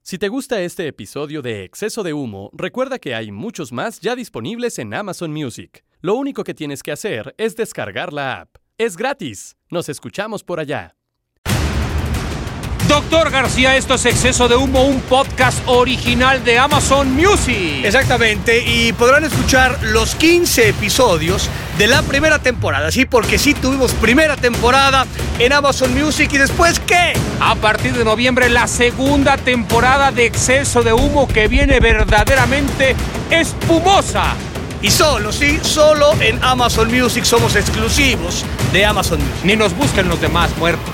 Si te gusta este episodio de Exceso de Humo, recuerda que hay muchos más ya disponibles en Amazon Music. Lo único que tienes que hacer es descargar la app. Es gratis. Nos escuchamos por allá. Doctor García, esto es Exceso de Humo, un podcast original de Amazon Music. Exactamente, y podrán escuchar los 15 episodios de la primera temporada, ¿sí? Porque sí tuvimos primera temporada en Amazon Music y después, ¿qué? A partir de noviembre, la segunda temporada de Exceso de Humo que viene verdaderamente espumosa. Y solo en Amazon Music somos exclusivos de Amazon Music. Ni nos busquen los demás muertos.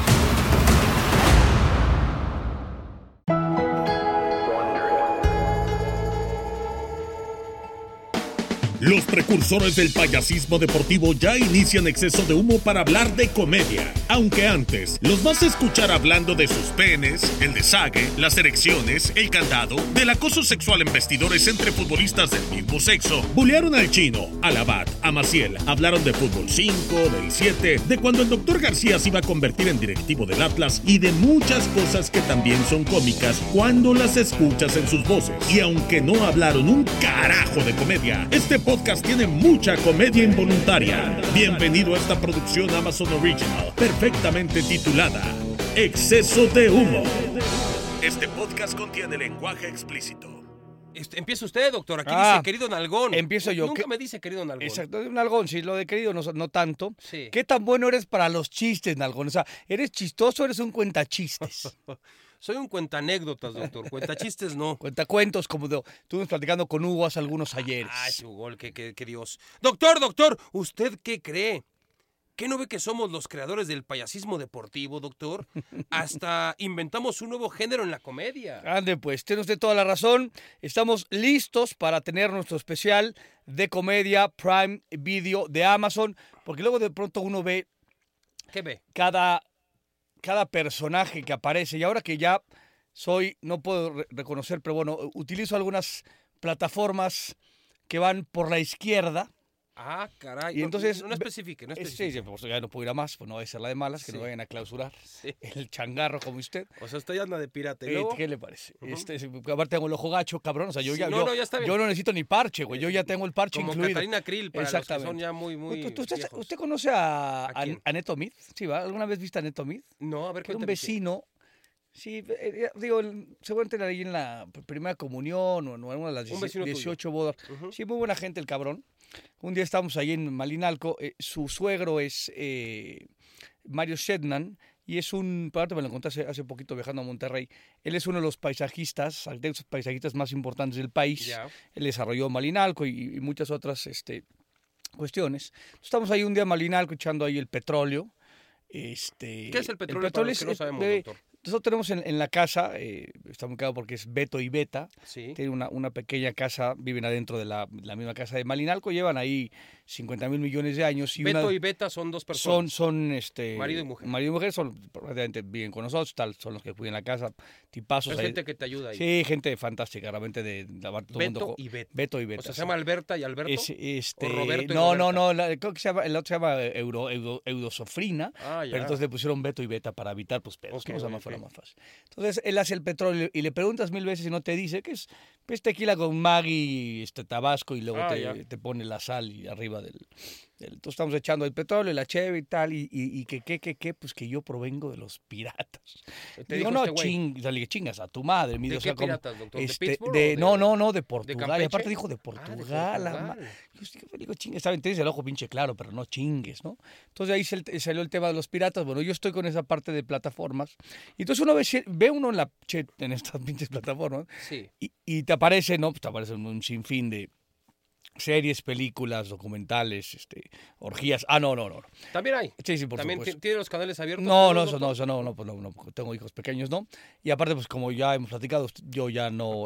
Los precursores del payasismo deportivo ya inician Exceso de Humo para hablar de comedia. Aunque antes, los vas a escuchar hablando de sus penes, el desague, las erecciones, el candado, del acoso sexual en vestidores entre futbolistas del mismo sexo. Bulearon al Chino, a Labat, a Maciel. Hablaron de fútbol 5, del 7, de cuando el Dr. García se iba a convertir en directivo del Atlas y de muchas cosas que también son cómicas cuando las escuchas en sus voces. Y aunque no hablaron un carajo de comedia, este podcast tiene mucha comedia involuntaria. Bienvenido a esta producción Amazon Original, perfectamente titulada Exceso de Humo. Este podcast contiene lenguaje explícito. Empieza usted, doctor. Aquí dice querido nalgón. Empiezo yo. Nunca me dice querido nalgón. Exacto, nalgón, sí, lo de querido no tanto. Sí. ¿Qué tan bueno eres para los chistes, nalgón? O sea, ¿eres chistoso o eres un cuentachistes? Soy un cuentanécdotas, doctor. Cuentachistes no. Cuentacuentos, como estuvimos platicando con Hugo hace algunos ayeres. Ay, Hugo, qué Dios. Doctor, ¿usted qué cree? ¿Qué no ve que somos los creadores del payasismo deportivo, doctor? Hasta inventamos un nuevo género en la comedia. Ande, pues, tiene usted toda la razón. Estamos listos para tener nuestro especial de comedia Prime Video de Amazon, porque luego de pronto uno ve... ¿Qué ve? Cada personaje que aparece, y ahora que ya no puedo reconocer, pero bueno, utilizo algunas plataformas que van por la izquierda. Ah, caray. Y entonces, no especifique. Sí, pues ya no puedo ir a más, pues no va a ser la de malas, que no vayan a clausurar el changarro como usted. O sea, usted ya anda de pirata. ¿Qué le parece? Aparte tengo el ojo gacho, cabrón, o sea, yo ya está bien. Yo no necesito ni parche, güey, yo ya tengo el parche como incluido. Como Catalina Krill, para los que son ya muy ¿Usted conoce a Neto Mid? ¿Sí, va? ¿Alguna vez viste a Neto Mid? No, a ver, que era un vecino. Sí, seguramente ahí en la primera comunión o en alguna de las 18 bodas. Sí, muy buena gente el cabrón. Un día estábamos ahí en Malinalco, su suegro es Mario Shedman y es aparte me lo conté hace poquito viajando a Monterrey, él es uno de los paisajistas más importantes del país. Yeah. Él desarrolló Malinalco y muchas otras cuestiones. Estamos ahí un día en Malinalco echando ahí el petróleo. ¿Qué es el petróleo? El petróleo es que no sabemos, doctor. Nosotros tenemos en la casa, está muy claro porque es Beto y Beta, sí. Tienen una pequeña casa, viven adentro de la misma casa de Malinalco, llevan ahí 50,000 millones de años. Y Beto y Beta son dos personas. Son marido y mujer. Marido y mujer, prácticamente viven con nosotros, son los que cuidan la casa, tipazos. Es gente que te ayuda ahí. Sí, gente fantástica, realmente de lavar todo el mundo. Beto y Beta. O sea, ¿se llama Alberta y Alberto? ¿O Roberto no, creo que el otro se llama Eudosofrina, pero entonces le pusieron Beto y Beta para evitar pedos, que fuera más fácil. Entonces él hace el petróleo y le preguntas 1000 veces y no te dice que es tequila con Maggi, Tabasco y luego te pone la sal y arriba del... Entonces estamos echando el petróleo, la cheve y tal, y pues que yo provengo de los piratas. Digo, no, chingas a tu madre. ¿De qué piratas, doctor? ¿De Pittsburgh? De Portugal. Y aparte dijo de Portugal. Yo digo, chingas, tienes el ojo pinche claro, pero no chingues, ¿no? Entonces ahí salió el tema de los piratas. Bueno, yo estoy con esa parte de plataformas. Y entonces uno ve uno en estas pinches plataformas, sí. y te aparece, ¿no? Pues te aparece un sinfín de series, películas, documentales, orgías. No. ¿También hay? Sí, por ¿También supuesto. ¿Tiene los canales abiertos? No, porque tengo hijos pequeños, ¿no? Y aparte, pues como ya hemos platicado, yo ya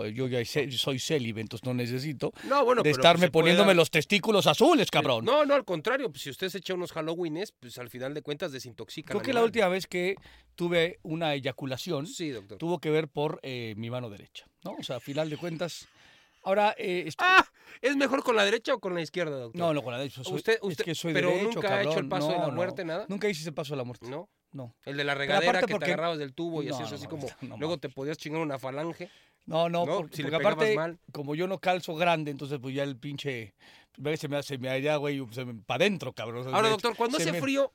soy célibe, entonces no necesito de estarme poniéndome los testículos azules, cabrón. No, al contrario, pues si usted se echa unos Halloweenes, pues al final de cuentas desintoxica. Creo que la última vez que tuve una eyaculación, sí, doctor, tuvo que ver por mi mano derecha, ¿no? O sea, a final de cuentas... Ahora, ¿es mejor con la derecha o con la izquierda, doctor? No, con la derecha. Usted, es que soy pero derecho, nunca cabrón. Ha hecho el paso de la muerte, nada. Nunca hice ese paso de la muerte. No. El de la regadera que te agarrabas del tubo y hacías así como. No, luego te podías chingar una falange. No, si porque le aparte, mal. como yo no calzo grande, entonces pues ya el pinche... Se me allá, güey, para adentro, cabrón. Ahora, doctor, cuando hace frío,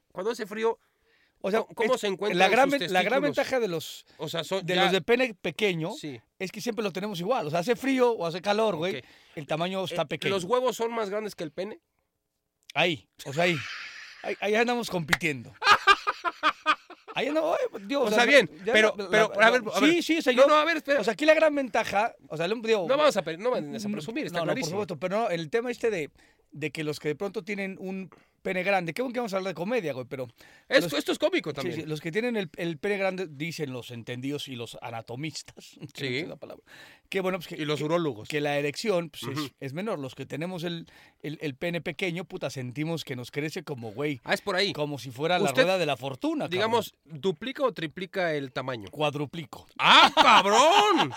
o sea, ¿cómo se encuentran la gran ventaja de los los de pene pequeño es que siempre lo tenemos igual. O sea, hace frío o hace calor, güey, el tamaño está pequeño. ¿Los huevos son más grandes que el pene? Ahí andamos compitiendo. Ahí no, Dios, o sea, bien, pero, a ver, sí, señor. No, a ver, espera. O sea, aquí la gran ventaja, o sea, digo, no vamos a presumir, está clarísimo. No, por supuesto, pero no, el tema de que los que de pronto tienen un pene grande, qué bueno que vamos a hablar de comedia, güey, pero... Esto es cómico también. Sí, los que tienen el pene grande, dicen los entendidos y los anatomistas, sí. La palabra, que bueno, pues y los urólogos. Que la erección pues, es menor. Los que tenemos el pene pequeño, puta, sentimos que nos crece como, güey. Es por ahí. Como si fuera la rueda de la fortuna, digamos, cabrón. ¿Duplica o triplica el tamaño? Cuadruplico. ¡Ah, cabrón!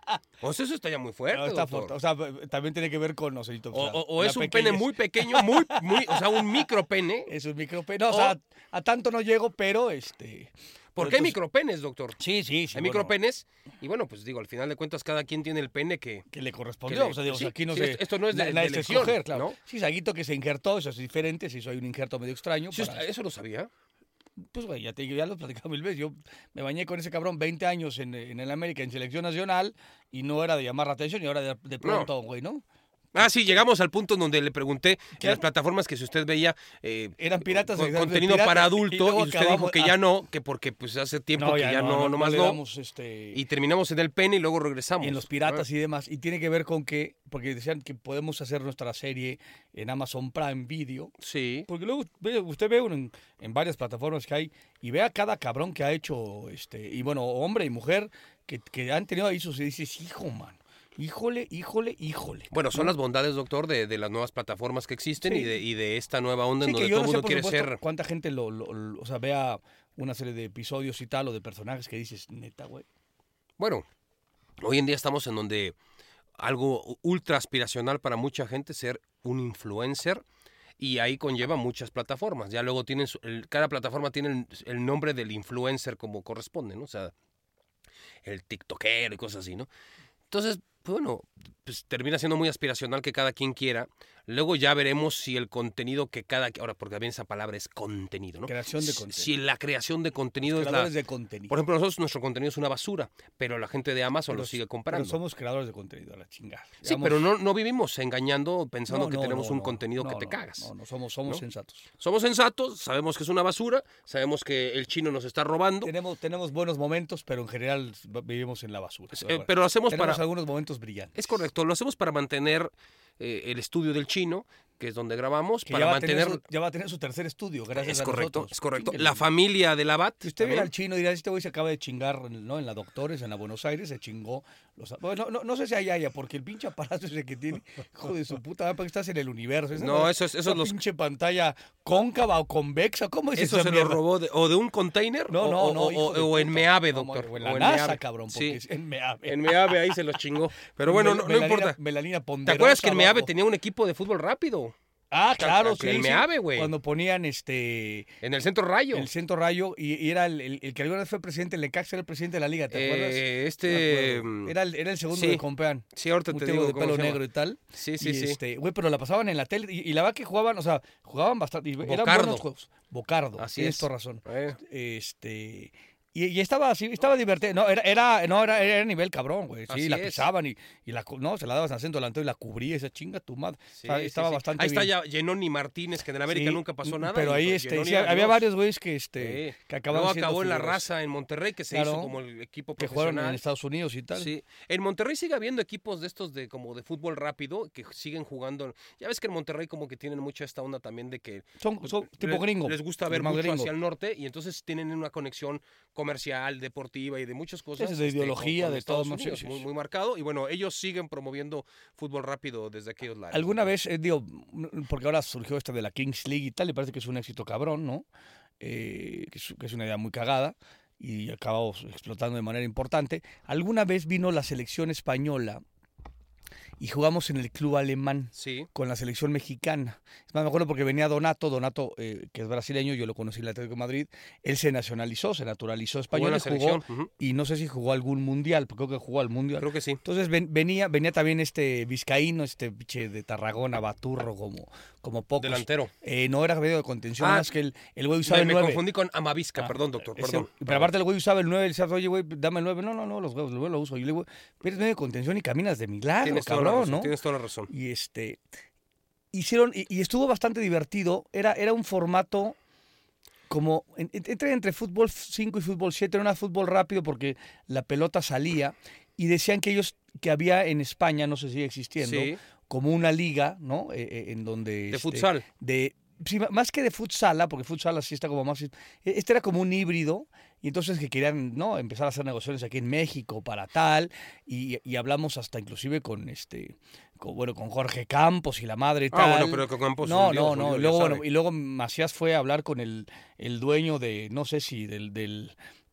O sea, eso está ya muy fuerte, no, está fuerte. O sea, también tiene que ver con, no sé, o es un pene muy pequeño, muy, o sea, un micropene. Es un micropene. No, o sea, a tanto no llego, pero Porque hay micropenes, doctor. Sí. Hay micropenes. Y bueno, pues digo, al final de cuentas, cada quien tiene el pene que le correspondió. O sea, digo, aquí no sé. Esto no es de elección, escoger, claro. ¿no? Sí, Saguito que se injertó, eso es diferente. Si soy un injerto medio extraño. Sí, ¿eso lo sabía? Pues, güey, ya lo he platicado 1000 veces. Yo me bañé con ese cabrón 20 años en el América, en selección nacional, y no era de llamar la atención, y ahora de pronto, güey, ¿no? Sí, llegamos al punto en donde le pregunté en las plataformas que si usted veía eran piratas contenido para adulto y usted dijo que ya no, que porque pues hace tiempo que ya no más no. Y terminamos en el pene y luego regresamos. Y en los piratas y demás. Y tiene que ver con que, porque decían que podemos hacer nuestra serie en Amazon Prime Video. Sí. Porque luego usted ve en varias plataformas que hay y ve a cada cabrón que ha hecho, y bueno, hombre y mujer que han tenido ahí sus... Y dices, hijo, man. Híjole. Bueno, son las bondades, doctor, de las nuevas plataformas que existen y de esta nueva onda en donde todo el mundo quiere ser... ¿Cuánta gente o sea, vea una serie de episodios y tal, o de personajes que dices, neta, güey? Bueno, hoy en día estamos en donde algo ultra aspiracional para mucha gente ser un influencer, y ahí conlleva muchas plataformas. Ya luego tienen cada plataforma tiene el nombre del influencer como corresponde, ¿no? O sea, el tiktokero y cosas así, ¿no? Entonces, pues bueno, pues termina siendo muy aspiracional que cada quien quiera. Luego ya veremos si el contenido que ahora, porque también esa palabra es contenido, ¿no? Creación de contenido. Si la creación de contenido de contenido. Por ejemplo, nuestro contenido es una basura, pero la gente de Amazon lo sigue comprando. Pero somos creadores de contenido, a la chingada. Sí, pero no vivimos engañando pensando que tenemos un contenido que te cagas. No, somos sensatos. Somos sensatos, sabemos que es una basura, sabemos que el chino nos está robando. Tenemos buenos momentos, pero en general vivimos en la basura. Pero lo hacemos tenemos algunos momentos brillantes. Es correcto, lo hacemos para mantener el estudio del chino, que es donde grabamos, para mantener... Ya va a tener su tercer estudio, gracias a nosotros. Es correcto. La familia de Labat. Si usted viera al chino, dirá, este güey se acaba de chingar, ¿no? En la Doctores, en la Buenos Aires, se chingó. Bueno, no sé si haya, porque el pinche aparato ese que tiene, hijo de su puta, ¿para qué estás en el universo? Eso es los... pinche pantalla cóncava o convexa, ¿cómo es eso? ¿Eso se lo robó o de un container? O en Meave, doctor. O en la NASA, cabrón, porque es en Meave. En Meave ahí se los chingó. Pero bueno, no importa. Melanina ponderosa. ¿Te acuerdas que en Meave tenía un equipo de fútbol rápido? Claro, sí. El Meave, güey. Cuando ponían en el Centro Rayo. En el Centro Rayo, y era el que alguna vez fue presidente, el Necaxa era el presidente de la liga, ¿te acuerdas? Era el segundo de Compeán. Sí, ahorita te digo. De pelo negro y tal. Sí. Güey, pero la pasaban en la tele, y la verdad que jugaban, o sea, jugaban bastante. Eran buenos juegos. Bocardo. Así tienes es. toda razón. Y estaba así, estaba divertido. No, era nivel cabrón, güey. Sí, así la pisaban y se la dabas al centro delantero y la cubría esa chinga tu madre. Estaba bastante bien. Ahí está ya Yenoni Martínez, que en el América nunca pasó nada. Pero ahí había varios güeyes que acabaron siendo acabó en la Raza en Monterrey, que se hizo como el equipo profesional. Que jugaron en Estados Unidos y tal. Sí. En Monterrey sigue habiendo equipos de estos como de fútbol rápido que siguen jugando. Ya ves que en Monterrey como que tienen mucha esta onda también de que son tipo gringo. Les gusta ver mucho hacia el norte y entonces tienen una conexión comercial, deportiva y de muchas cosas. Es de ideología, de Estados Unidos, muy marcado. Y bueno, ellos siguen promoviendo fútbol rápido desde aquellos lados. Alguna vez, porque ahora surgió de la Kings League y tal, me parece que es un éxito cabrón, ¿no? Que es una idea muy cagada y acabamos explotando de manera importante. Alguna vez vino la selección española y jugamos en el club alemán con la selección mexicana. Es más, me acuerdo porque venía Donato, que es brasileño, yo lo conocí en el Atlético de Madrid, él se naturalizó español, jugó y no sé si jugó algún mundial, porque creo que jugó al mundial. Creo que sí. Entonces venía también este vizcaíno, este pinche de Tarragona, baturro, como pocos. Delantero. No era medio de contención, más que el güey usaba el 9. Me confundí con Amavisca, perdón, doctor, perdón. Pero aparte el güey usaba el 9, él decía, oye, güey, dame el 9. No, los huevos, el 9 lo uso. Y yo le digo, pero eres medio de contención y caminas de milagro, cabrón, ¿no? Tienes toda la razón. Y hicieron, y estuvo bastante divertido, era un formato como entre fútbol 5 y fútbol 7, era un fútbol rápido porque la pelota salía, y decían que había en España, no sé si sigue existiendo, como una liga, ¿no? En donde... De futsal. Sí, más que de futsala, porque futsala sí está como más... Este era como un híbrido, y entonces que querían, ¿no?, empezar a hacer negociaciones aquí en México para tal, y hablamos hasta inclusive con Jorge Campos y la madre tal. Bueno, pero con Campos... No. Y luego Macías fue a hablar con el dueño de, no sé si del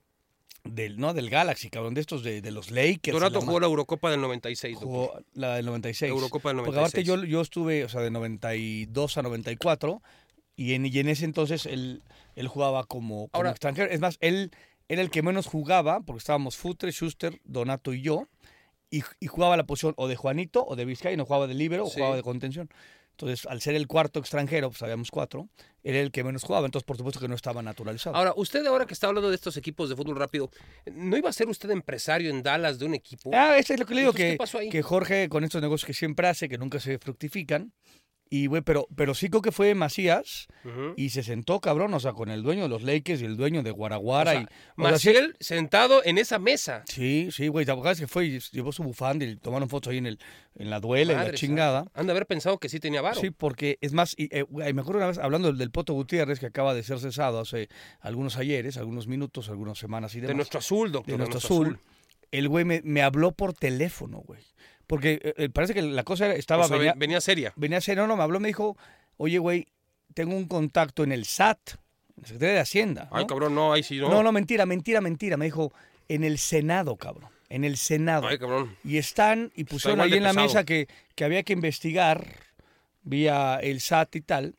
Galaxy, cabrón, de estos de los Lakers. Donato jugó la Eurocopa del 96. Jugó la del 96. Eurocopa del 96. Porque aparte yo estuve, o sea, de 92 a 94, y en ese entonces él jugaba como extranjero. Es más, él era el que menos jugaba, porque estábamos Futre, Schuster, Donato y yo, y jugaba la posición o de Juanito o de Vizcaíno, jugaba de líbero o jugaba de contención. Entonces, al ser el cuarto extranjero, pues habíamos 4, era el que menos jugaba, entonces por supuesto que no estaba naturalizado. Ahora, usted ahora que está hablando de estos equipos de fútbol rápido, ¿no iba a ser usted empresario en Dallas de un equipo? Eso es lo que le digo, ¿qué pasó ahí? Que Jorge, con estos negocios que siempre hace, que nunca se fructifican, y güey, pero sí creo que fue Macías, y se sentó, cabrón, o sea, con el dueño de los Lakers y el dueño de Guaraguara. Maciel sentado en esa mesa. Sí, güey, ¿te acuerdas que fue y llevó su bufanda y tomaron fotos ahí en la duela, en la chingada? Han de haber pensado que sí tenía varo. Sí, porque es más, me acuerdo una vez hablando del Poto Gutiérrez, que acaba de ser cesado hace algunos ayeres, algunos minutos, algunas semanas y demás. De nuestro azul, doctor. De nuestro azul. El güey me habló por teléfono, güey. Porque parece que la cosa estaba... O sea, venía seria. Venía seria, no, me habló, me dijo, oye, güey, tengo un contacto en el SAT, en la Secretaría de Hacienda. Ay, cabrón, no, ahí sí no. No, mentira. Me dijo, en el Senado, cabrón. En el Senado. Ay, cabrón. Y pusieron ahí en la mesa que había que investigar vía el SAT y tal.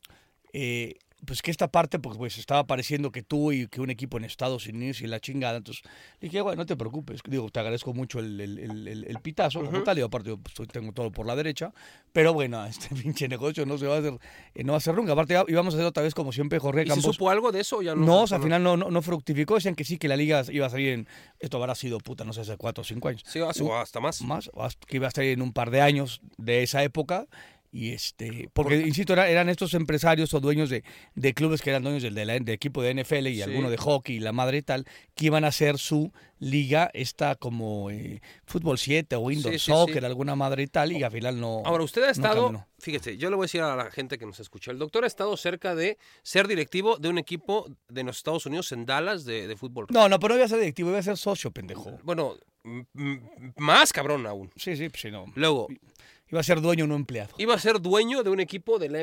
Pues que esta parte, pues estaba pareciendo que tú y que un equipo en Estados Unidos y la chingada. Entonces le dije, güey, no te preocupes. Digo, te agradezco mucho el pitazo, como tal. Y aparte, yo pues, tengo todo por la derecha. Pero bueno, este pinche negocio no va a hacer nunca. Aparte, íbamos a hacer otra vez como siempre, Jorge Campos. ¿Y se supo algo de eso? Ya no, o sea, al final no fructificó. Decían que sí, que la liga iba a salir esto habrá sido, no sé, hace 4 o 5 años. Sí, o hasta más. Que iba a estar en un par de años de esa época. Y porque insisto, eran estos empresarios o dueños de clubes que eran dueños de equipo de NFL y alguno de hockey y la madre y tal, que iban a hacer su liga, como fútbol 7 o indoor soccer, alguna madre y tal, y al final no. Ahora, usted ha estado, fíjese, yo le voy a decir a la gente que nos escucha, el doctor ha estado cerca de ser directivo de un equipo de los Estados Unidos en Dallas de fútbol. No, pero no iba a ser directivo, iba a ser socio, pendejo. Bueno, más cabrón aún. Sí, no. Luego... Iba a ser dueño, no empleado. Iba a ser dueño de un equipo de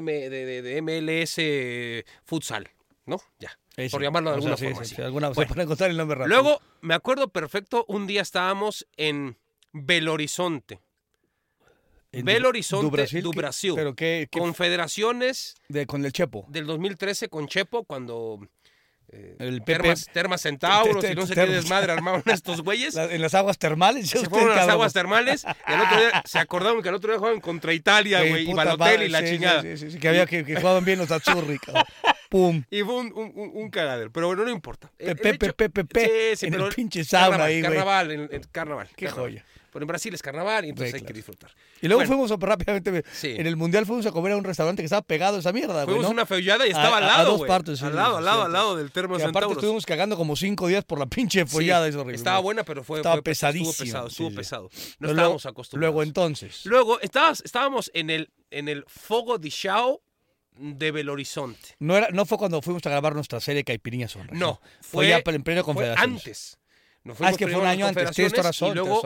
MLS futsal, ¿no? Ya, por llamarlo de alguna forma. Sí, para encontrar el nombre rápido. Luego, me acuerdo perfecto, un día estábamos en Belo Horizonte. Belo Horizonte, do Brasil. ¿Pero qué Confederaciones... con el Chepo. Del 2013 con Chepo, cuando... el Termas Centauros y no sé qué desmadre armaron estos güeyes. En las aguas termales. Se fueron a las aguas termales y al otro día se acordaron que al otro día jugaban contra Italia, güey, y Balotelli y la chingada. Sí, que jugaban bien los Azzurri, pum. Y fue un cagadero, pero bueno, no importa. En el pinche sauna ahí, güey. Carnaval. Qué joya. Pero en Brasil es carnaval y entonces hay que disfrutar. Y luego fuimos rápidamente, en el Mundial fuimos a comer a un restaurante que estaba pegado a esa mierda, güey, fuimos una feullada y estaba al lado, güey. Partes, al lado del Termas Centauros. Aparte estuvimos cagando como 5 días por la pinche follada. Es horrible. Estaba buena, pero estaba pesadísimo. Estuvo pesado. No estábamos acostumbrados. Luego entonces. Luego estábamos en el Fogo de Chao de Belo Horizonte. No fue cuando fuimos a grabar nuestra serie Caipirinha Sonra. No. Fue ya en pleno Confederaciones. Antes. Es que fue un año antes. Y luego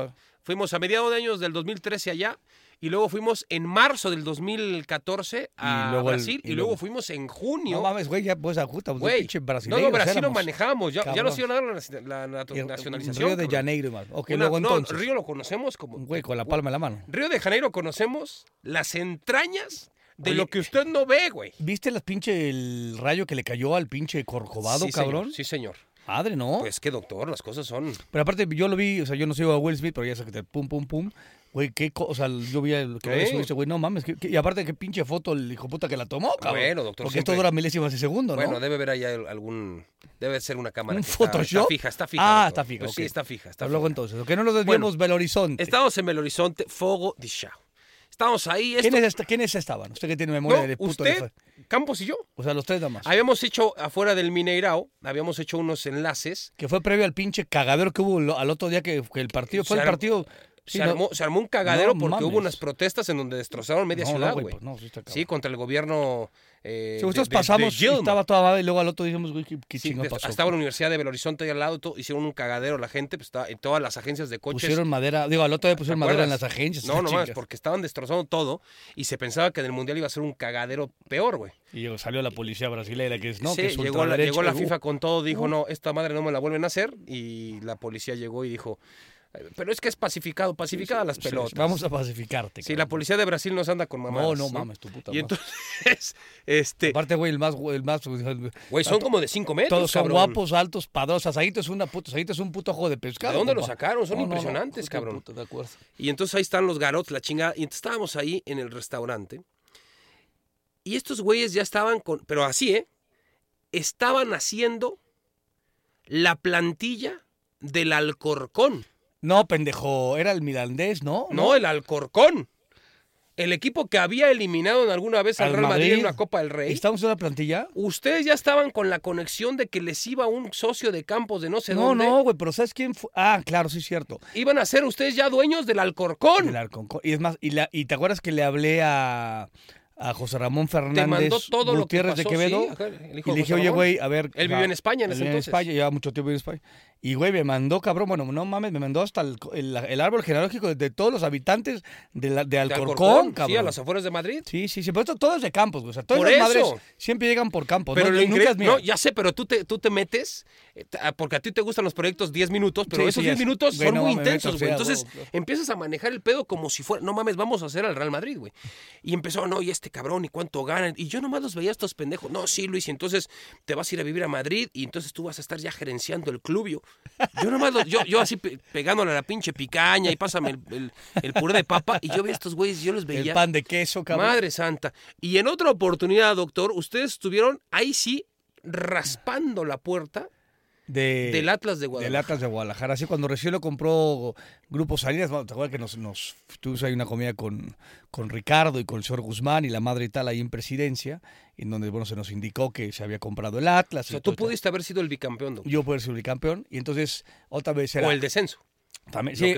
Fuimos a mediados de años del 2013 allá. Y luego fuimos en marzo del 2014 a Brasil. Y luego fuimos en junio. No mames, güey, ya pues ajusta. Güey, no, Brasil lo manejamos. Ya nos iban a dar la nacionalización. Río de Janeiro, más. Okay, Río lo conocemos como... Güey, con la palma en la mano. Río de Janeiro conocemos las entrañas de lo que usted no ve, güey. ¿Viste el rayo que le cayó al pinche Corcovado, sí, cabrón? Señor, sí, señor. Madre, ¿no? Pues que, doctor, las cosas son... Pero aparte, yo lo vi, o sea, yo no sigo a Will Smith, pero ya sé que te pum, pum, pum. Güey, o sea, yo vi lo que subiste, güey, no mames. Y aparte, qué pinche foto el hijo puta que la tomó, cabrón. Bueno, doctor. Porque esto dura milésimas de segundo, ¿no? Bueno, debe haber ahí debe ser una cámara. ¿Un Photoshop? Está fija. Ah, doctor. está fija. Pues okay. sí, está fija. Luego entonces, que no nos desviemos Belo Horizonte. Estamos en Belo Horizonte, Fogo de Chão. Estamos ahí. ¿Quiénes estaban? Usted que tiene memoria de puto. Usted, Campos y yo. O sea, los tres nada más. Habíamos hecho, afuera del Mineirao, habíamos hecho unos enlaces. Que fue previo al pinche cagadero que hubo al otro día que el partido fue el partido... Sí, se armó un cagadero porque hubo unas protestas en donde destrozaron media ciudad, güey. Sí, contra el gobierno. Nosotros pasamos y estaba toda madre y luego al otro dijimos, güey, qué chingo pasó. Estaba la Universidad de Belo Horizonte ahí al lado, hicieron un cagadero la gente, pues estaba en todas las agencias de coches. Pusieron madera, al otro día pusieron madera en las agencias. No más, porque estaban destrozando todo y se pensaba que en el Mundial iba a ser un cagadero peor, güey. Y salió la policía brasileña que es, ¿no? Sí, que es llegó la FIFA con todo, dijo, no, esta madre no me la vuelven a hacer y la policía llegó y dijo... Pero es que es pacificada las pelotas. Vamos a pacificarte. Sí, la policía de Brasil nos anda con mamadas. No mames, tu puta madre. Y entonces, aparte, güey, el más... Güey, son como de 5 metros, todos son cabrón. guapos, altos, padrosos. Saguito es un puto ojo de pescado. ¿De dónde lo sacaron? Son impresionantes, cabrón. Puta, de acuerdo. Y entonces ahí están los garotos, la chingada. Y entonces estábamos ahí en el restaurante. Y estos güeyes ya estaban con... Pero así, estaban haciendo la plantilla del Alcorcón. No, pendejo, era el Mirandés, ¿no? No, el Alcorcón. El equipo que había eliminado en alguna vez al Real Madrid en una Copa del Rey. ¿Estamos en la plantilla? Ustedes ya estaban con la conexión de que les iba un socio de Campos de no sé dónde. No, güey, pero ¿sabes quién fue? Ah, claro, sí es cierto. Iban a ser ustedes ya dueños del Alcorcón. Del Alcorcón. Y es más, y te acuerdas que le hablé a José Ramón Fernández Te mandó todo Gutiérrez lo que pasó, de Quevedo, sí, y le dije, oye, güey, a ver... Él vivió en España en ese entonces. Lleva mucho tiempo en España. Y, güey, me mandó, cabrón, bueno, no mames, me mandó hasta el árbol genealógico de todos los habitantes de Alcorcón, cabrón. Sí, a las afueras de Madrid. Sí, pero esto todo es de Campos, güey. O sea, todas por las eso. madres siempre llegan por Campos. Pero ¿no? Nunca es mía. No, ya sé, pero tú te metes, porque a ti te gustan los proyectos 10 minutos, pero esos 10 minutos son muy intensos, güey. Entonces, empiezas a manejar el pedo como si fuera, no mames, vamos a hacer al Real Madrid, güey. Y empezó, no, y este cabrón, y cuánto ganan. Y yo nomás los veía estos pendejos. No, sí, Luis, y entonces te vas a ir a vivir a Madrid y entonces tú vas a estar ya gerenciando el club. Yo nomás, yo así pegándole a la pinche picaña y pásame el puré de papa. Y yo veía a estos güeyes, yo los veía. El pan de queso, cabrón. Madre santa. Y en otra oportunidad, doctor, ustedes estuvieron ahí sí raspando la puerta del Atlas de Guadalajara. Del Atlas de Guadalajara. Así cuando recién lo compró Grupo Salinas, ¿te acuerdas que nos tuvimos ahí una comida con Ricardo y con el señor Guzmán y la madre y tal ahí en Presidencia, en donde se nos indicó que se había comprado el Atlas. O sea, tú pudiste haber sido el bicampeón, doctor. Yo pude haber sido el bicampeón, y entonces otra vez era... O el descenso. También, sí,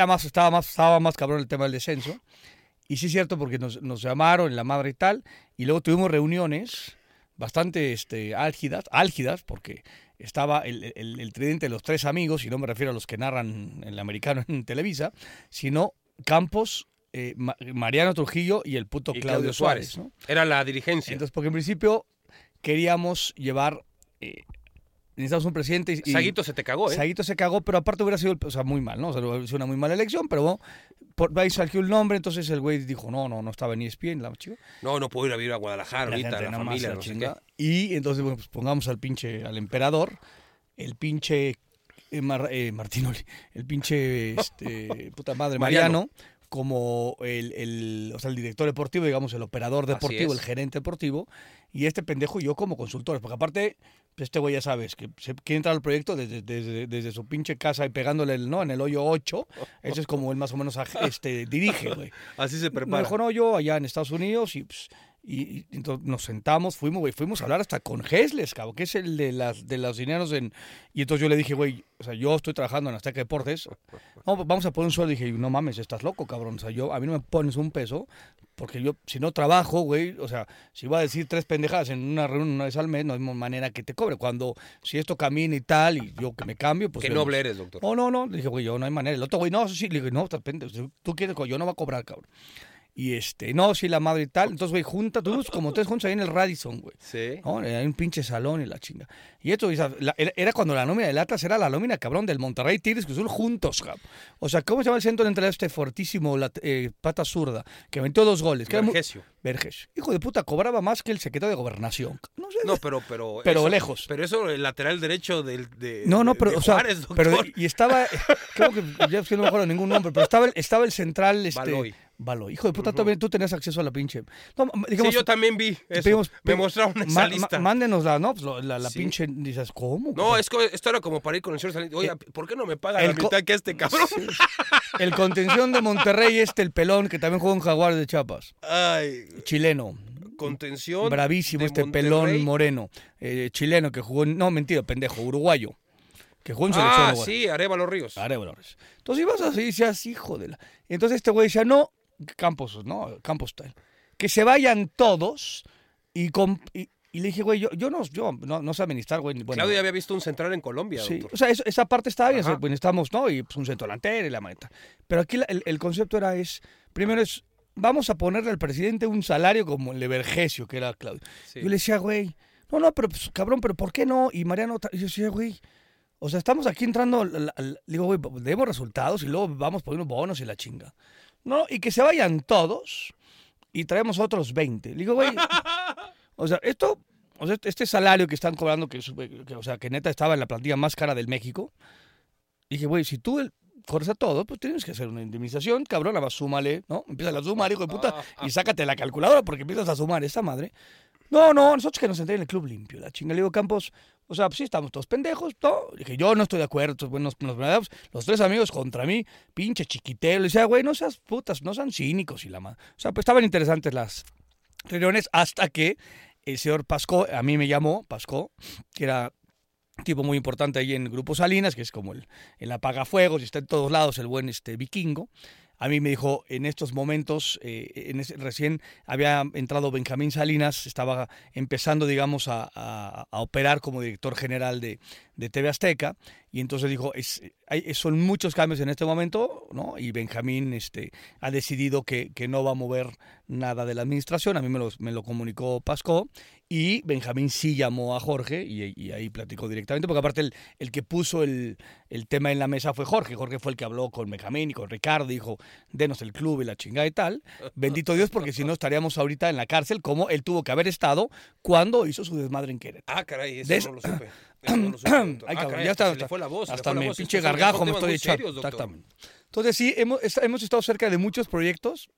estaba más cabrón el tema del descenso. Y sí es cierto, porque nos llamaron la madre y tal, y luego tuvimos reuniones bastante álgidas, porque estaba el tridente de los tres amigos, y no me refiero a los que narran el americano en Televisa, sino Campos, Mariano Trujillo y el puto Claudio Suárez, ¿no? Era la dirigencia. Entonces, porque en principio queríamos llevar... necesitamos un presidente y... Saguito se te cagó, Saguito se cagó, pero aparte hubiera sido, muy mal, ¿no? O sea, hubiera sido una muy mala elección, pero bueno, por ahí salió el nombre, entonces el güey dijo, no estaba ni ESPN, la chica. No puedo ir a vivir a Guadalajara ahorita, la familia, no sé qué. Y entonces, bueno, pues pongamos al emperador, el pinche Martinoli, el pinche, puta madre, Mariano, como el director deportivo, digamos, el operador deportivo, el gerente deportivo, y este pendejo y yo como consultores, porque aparte, este güey ya sabes, que se quiere entrar al proyecto desde su pinche casa y pegándole en el hoyo 8, eso es como él más o menos dirige, güey. Así se prepara. Me dijo, no, yo allá en Estados Unidos, Y entonces nos sentamos, fuimos a hablar hasta con Gesles, cabrón, que es el de los dineros y entonces yo le dije, güey, o sea, yo estoy trabajando en Azteca Deportes, no, vamos a poner un sueldo. Y dije, no mames, estás loco, cabrón, o sea, a mí no me pones un peso, porque yo, si no trabajo, güey, o sea, si voy a decir 3 pendejadas en una reunión una vez al mes, no hay manera que te cobre. Cuando, si esto camina y tal, y yo que me cambio, pues... Qué noble eres, doctor. No, le dije, güey, yo no hay manera. El otro güey, no, sí, le dije, no, tú quieres, yo no voy a cobrar, cabrón. Y no, sí, la madre y tal. Entonces, güey, tuvimos como 3 juntos ahí en el Radisson, güey. Sí. ¿No? Hay un pinche salón y la chinga. Y esto, era cuando la nómina del Atlas era la nómina, cabrón, del Monterrey Tigres, que son juntos, cabrón. O sea, ¿cómo se llama el centro de entrada fortísimo, pata zurda, que metió 2 goles? Vergesio. Hijo de puta, cobraba más que el secretario de Gobernación. No sé. No, pero eso, lejos. Pero eso, el lateral derecho de pero, o sea, Juárez, doctor. Y estaba, creo que ya es que no me acuerdo ningún nombre, pero estaba el central, Baloy. Hijo de puta, también tú tenías acceso a la pinche. No, digamos, sí, yo también vi eso. Me mostraron esa lista. Mándenosla, ¿no? Pues la sí. Pinche, dices, ¿cómo? No, esto era como para ir con el señor Salinas. Oye, ¿por qué no me paga la mitad que este cabrón? Sí. El contención de Monterrey, el pelón, que también jugó en Jaguares de Chiapas. Ay. Chileno. Contención. Bravísimo, Monterrey. pelón moreno. Chileno que jugó, no, mentira, pendejo, uruguayo. Que jugó en selección. Sí, Arévalo Ríos. Entonces ibas así y decías, hijo de la... Entonces este güey decía, no, Campos tal. Que se vayan todos y le dije, güey, yo no sé administrar, güey. Bueno, Claudio ya había visto un central en Colombia, sí, doctor. o sea, esa parte estaba bien, bueno, estamos, ¿no? Y pues un centro delantero y la maneta. Pero aquí el concepto primero vamos a ponerle al presidente un salario como el de Vergesio, que era Claudio. Sí. Yo le decía, güey, no, pero pues, cabrón, pero ¿por qué no? Y Mariano, yo decía, güey, o sea, estamos aquí entrando, digo, güey, demos resultados y luego vamos poniendo bonos y la chinga. No, y que se vayan todos y traemos otros 20. Le digo, güey, o sea, este salario que están cobrando, que neta estaba en la plantilla más cara del México, dije, güey, si tú corres a todo, pues tienes que hacer una indemnización, cabrón, nada más súmale, ¿no? Empiezas a sumar, hijo de puta, y sácate la calculadora porque empiezas a sumar esa madre. No, nosotros que nos entreguen el club limpio, la chinga. Le digo, Campos, o sea, pues sí, estamos todos pendejos, ¿no? Dije, yo no estoy de acuerdo. Entonces, bueno, nos mandamos los 3 amigos contra mí, pinche chiquitero. Le decía, güey, no seas putas, no sean cínicos y la madre. O sea, pues estaban interesantes las reuniones hasta que el señor Pascó, a mí me llamó, Pascó, que era un tipo muy importante ahí en Grupo Salinas, que es como el apagafuegos y está en todos lados el buen vikingo. A mí me dijo, en estos momentos, recién había entrado Benjamín Salinas, estaba empezando, digamos, a operar como director general de TV Azteca, y entonces dijo, son muchos cambios en este momento, ¿no? Y Benjamín ha decidido que no va a mover nada de la administración. A mí me lo comunicó Pascó, y Benjamín sí llamó a Jorge, y ahí platicó directamente, porque aparte el que puso el tema en la mesa fue Jorge. Jorge fue el que habló con Benjamín y con Ricardo, dijo, denos el club y la chingada y tal. Bendito Dios, porque si no estaríamos ahorita en la cárcel, como él tuvo que haber estado cuando hizo su desmadre en Querétaro. Caray, eso no lo supe. Ay, cabrón, ya está. Le fue la voz, hasta mi pinche gargajo me estoy echando. Exactamente. Entonces sí, hemos estado cerca de muchos proyectos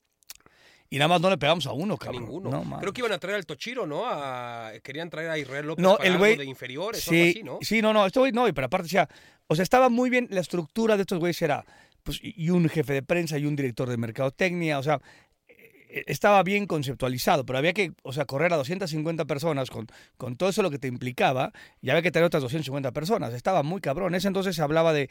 y nada más no le pegamos a uno, cabrón. A ninguno. No, creo que iban a traer al Tochiro, ¿no? Querían traer a Israel López para el güey de inferiores, sí, o algo así, ¿no? Sí, no, este güey no, pero aparte decía, o sea, estaba muy bien la estructura de estos güeyes, era pues y un jefe de prensa y un director de mercadotecnia, o sea, estaba bien conceptualizado, pero había que, o sea, correr a 250 personas con todo eso lo que te implicaba, y había que tener otras 250 personas. Estaba muy cabrón. Ese entonces se hablaba de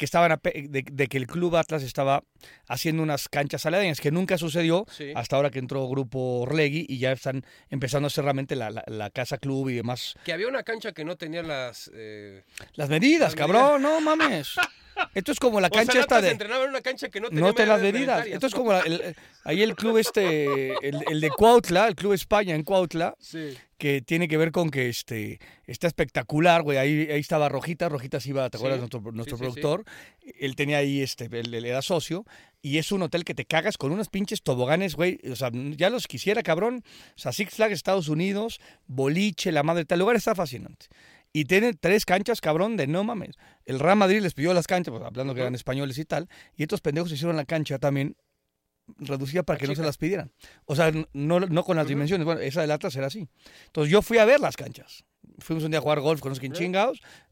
que el Club Atlas estaba haciendo unas canchas aledañas, que nunca sucedió hasta ahora que entró Grupo Orlegui y ya están empezando a hacer realmente la casa club y demás. Que había una cancha que no tenía las medidas, cabrón, no mames. Esto es como la cancha esta de... entrenaba en una cancha que no tenía las medidas. Esto es como ahí el club el de Cuautla, el Club España en Cuautla, que tiene que ver con que está espectacular, güey. Ahí estaba Rojitas iba, ¿te acuerdas? Nuestro productor. Sí. Él tenía ahí, él era socio, y es un hotel que te cagas con unos pinches toboganes, güey. O sea, ya los quisiera, cabrón. O sea, Six Flags Estados Unidos, boliche, la madre, tal lugar está fascinante. Y tiene 3 canchas, cabrón, de no mames. El Real Madrid les pidió las canchas, pues, hablando que eran españoles y tal, y estos pendejos hicieron la cancha también reducida para que no se las pidieran. O sea, no con las dimensiones. Bueno, esa del Atlas era así. Entonces yo fui a ver las canchas. Fuimos un día a jugar golf con los chingados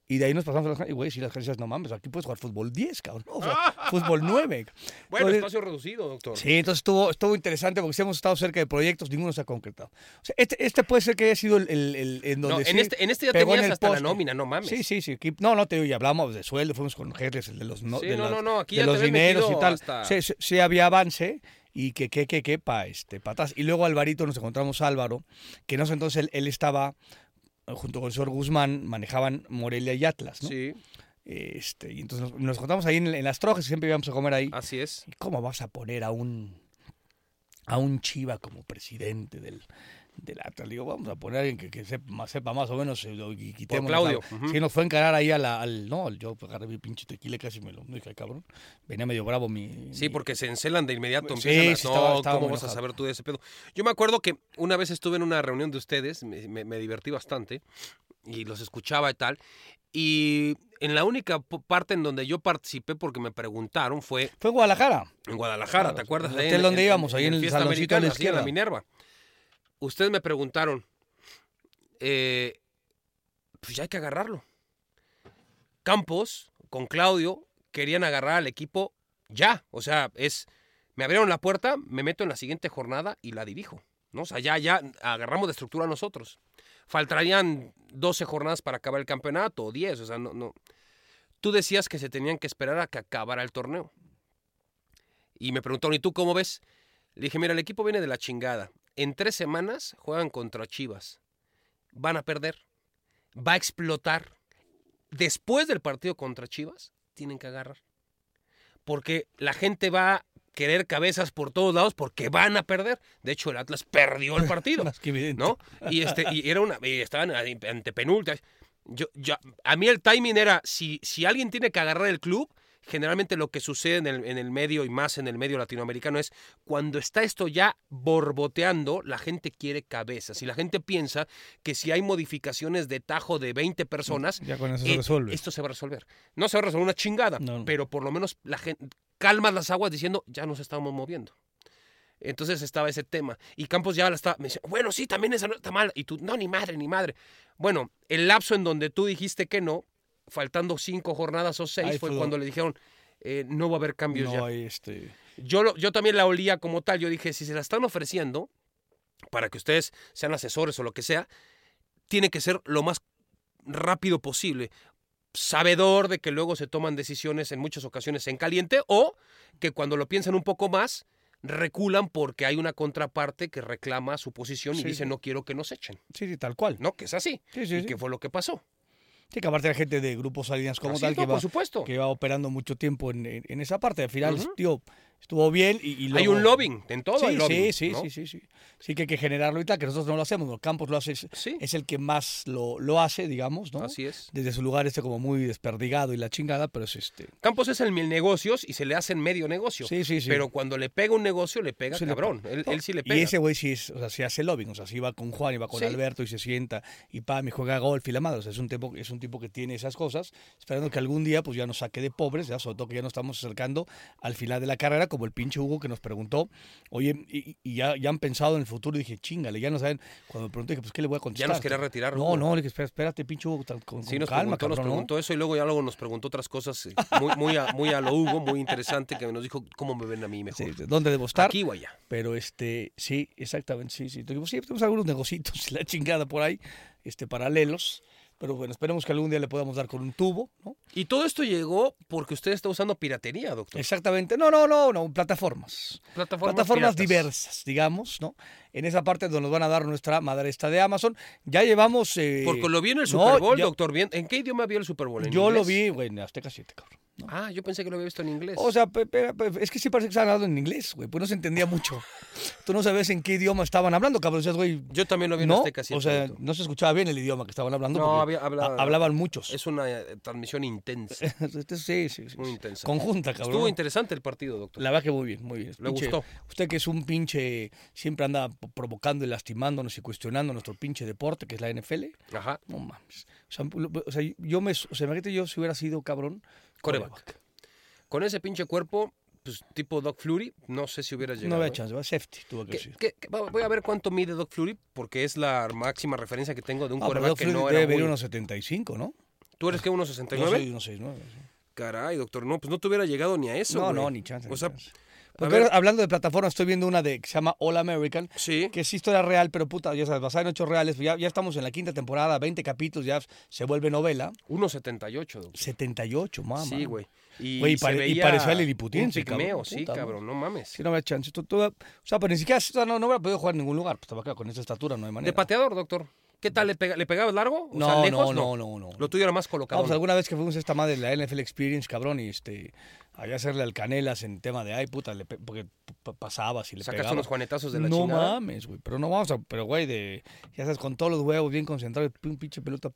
Y de ahí nos pasamos a las canchas. Y, güey, si las canchas, no mames, aquí puedes jugar fútbol 10, cabrón. O sea, fútbol 9. Bueno, entonces, espacio reducido, doctor. Sí, entonces estuvo interesante porque sí hemos estado cerca de proyectos, ninguno se ha concretado. O sea, este puede ser que haya sido el en donde no, sí en este ya pegó tenías en hasta poste. la nómina, no mames. Sí. No, te digo, y hablamos de sueldo, fuimos con Gerles, el de los, Sí, aquí de ya los te habían dineros y metido tal. hasta- Sí había avance. Y patas. Y luego Alvarito, nos encontramos a Álvaro, que en ese entonces él estaba, junto con el señor Guzmán, manejaban Morelia y Atlas, ¿no? Sí, Y entonces nos encontramos ahí en las Trojes, siempre íbamos a comer ahí. así es. ¿Y cómo vas a poner a un Chiva como presidente del Atlas? Le digo, vamos a poner a alguien que sepa más o menos y quitemos. Claudio. Sí, nos fue a encarar ahí yo agarré mi pinche tequila y casi me lo dije, cabrón. Venía medio bravo Sí, porque se encelan de inmediato. Sí, Empiezan estaba ¿cómo muy vas a enojado. saber tú de ese pedo? Yo me acuerdo que una vez estuve en una reunión de ustedes, me divertí bastante, y los escuchaba y tal, y en la única parte en donde yo participé porque me preguntaron fue Fue en Guadalajara. en Guadalajara, Claro, ¿te acuerdas? el hotel donde íbamos, ahí en el Fiesta saloncito a la Americana, sí, en la izquierda. Minerva. Ustedes me preguntaron, pues ya hay que agarrarlo. Campos con Claudio querían agarrar al equipo ya, o sea, me abrieron la puerta, me meto en la siguiente jornada y la dirijo, ¿no? O sea, ya agarramos de estructura nosotros. Faltarían 12 jornadas para acabar el campeonato, o 10, o sea, no. Tú decías que se tenían que esperar a que acabara el torneo. Y me preguntaron, ¿y tú cómo ves? Le dije, mira, el equipo viene de la chingada. En 3 semanas juegan contra Chivas. Van a perder. Va a explotar. Después del partido contra Chivas, tienen que agarrar. Porque la gente va a querer cabezas por todos lados porque van a perder. De hecho, el Atlas perdió el partido. Más que evidente. ¿No? Y estaban ante penúltima. A mí el timing era, si alguien tiene que agarrar el club, generalmente lo que sucede en el medio y más en el medio latinoamericano es cuando está esto ya borboteando, la gente quiere cabezas y la gente piensa que si hay modificaciones de tajo de 20 personas, ya con eso se resuelve. esto se va a resolver. No se va a resolver una chingada, No. pero por lo menos la gente calma las aguas diciendo, ya nos estamos moviendo. Entonces estaba ese tema. Y Campos ya me decía, bueno, sí, también esa no está mal. Y tú, no, ni madre. Bueno, el lapso en donde tú dijiste que no, faltando 5 jornadas o 6, fue cuando le dijeron, no va a haber cambios ya. Yo también la olía como tal. Yo dije, si se la están ofreciendo para que ustedes sean asesores o lo que sea, tiene que ser lo más rápido posible. Sabedor de que luego se toman decisiones en muchas ocasiones en caliente o que cuando lo piensan un poco más, reculan porque hay una contraparte que reclama su posición y dice, no quiero que nos echen. Sí, tal cual. No, que es así. Sí. ¿Qué fue lo que pasó? Sí, que aparte la gente de Grupo Salinas como Así tal, es, por supuesto. que va operando mucho tiempo en esa parte. Al final, tío, estuvo bien y luego... Hay un lobbying, en todo hay lobbying. Sí. Sí que hay que generarlo y tal, que nosotros no lo hacemos. Los Campos lo hace, es el que más lo hace, digamos, ¿no? Así es. Desde su lugar como muy desperdigado y la chingada, pero es Campos es el mil negocios y se le hace en medio negocio. Sí. Pero cuando le pega un negocio, le pega cabrón. Él sí le pega. Y ese güey sí se hace lobbying, o sea, sí va con Juan y va con Alberto y se sienta y y juega golf y la madre. O sea, es un tipo que tiene esas cosas, esperando que algún día pues ya nos saque de pobres, ya, sobre todo que ya nos estamos acercando al final de la carrera, como el pinche Hugo que nos preguntó, oye, y ya han pensado en el futuro, y dije, chingale, ya no saben. Cuando me pregunté, dije, pues, ¿qué le voy a contestar? Ya nos quería retirar. No, le dije, espérate, pinche Hugo, con calma, cabrón. Nos preguntó eso y luego nos preguntó otras cosas muy a lo Hugo, muy interesante, que nos dijo cómo me ven a mí mejor. Sí, ¿dónde debo estar? Aquí o allá. Pero sí, exactamente, sí. Entonces, sí, tenemos algunos negocitos y la chingada por ahí, paralelos. Pero bueno, esperemos que algún día le podamos dar con un tubo, ¿no? Y todo esto llegó porque usted está usando piratería, doctor. Exactamente. No, plataformas. Plataformas diversas, digamos, ¿no? En esa parte donde nos van a dar nuestra madre esta de Amazon. Ya llevamos... porque lo vi en el Super Bowl, doctor. ¿En qué idioma vio el Super Bowl? ¿En yo inglés? Lo vi, güey, en Azteca 7, cabrón. ¿No? Ah, yo pensé que lo había visto en inglés. O sea, es que sí parece que estaban hablando en inglés, güey, pues no se entendía mucho. Tú no sabes en qué idioma estaban hablando, cabrón. O sea, güey, yo también lo vi en Azteca 7. O sea, no se escuchaba bien el idioma que estaban hablando. No, hablaban muchos. Es una transmisión intensa. Sí. Muy intensa. Conjunta, cabrón. Estuvo interesante el partido, doctor. La verdad que muy bien. Le gustó. Usted que es un pinche, siempre anda provocando y lastimándonos y cuestionando nuestro pinche deporte, que es la NFL. Ajá. No mames. O sea, imagínate yo si hubiera sido, cabrón, quarterback. Con ese pinche cuerpo, pues tipo Doug Fleury, no sé si hubiera llegado. No había chance, safety tuvo que decir. Voy a ver cuánto mide Doug Fleury, porque es la máxima referencia que tengo de un quarterback Doug que Fleury no era debe medir unos 75, ¿no? ¿Tú eres qué, 1.69? Yo soy 1.69, sí. Caray, doctor, no, pues no te hubiera llegado ni a eso, güey. No, ni chance. O sea, Pero hablando de plataformas, estoy viendo una que se llama All American, sí, que es historia real, pero puta, ya sabes, basada en hechos reales. Ya estamos en la 5ª temporada, 20 capítulos, ya se vuelve novela. 1.78, doctor. 78, mamá. Sí, güey. Y parecía Liliputense, un pigmeo, cabrón. sí, Puta, cabrón, no mames. Sí, no había chance. O sea, pero ni siquiera, no hubiera podido jugar en ningún lugar. Pues estaba acá con esa estatura, no hay manera. De pateador, doctor. ¿Qué tal? ¿Le pegabas largo? No, o sea, lejos, no. Lo tuyo era más colocado. Vamos, alguna vez que fuimos a esta madre de la NFL Experience, cabrón, y allá hacerle al Canelas en tema de, ay, puta, porque pasabas y le pegabas. Sacaste unos juanetazos de la no chingada. No mames, güey, pero no vamos pero güey, ya sabes, con todos los huevos bien concentrados, un pinche pelota,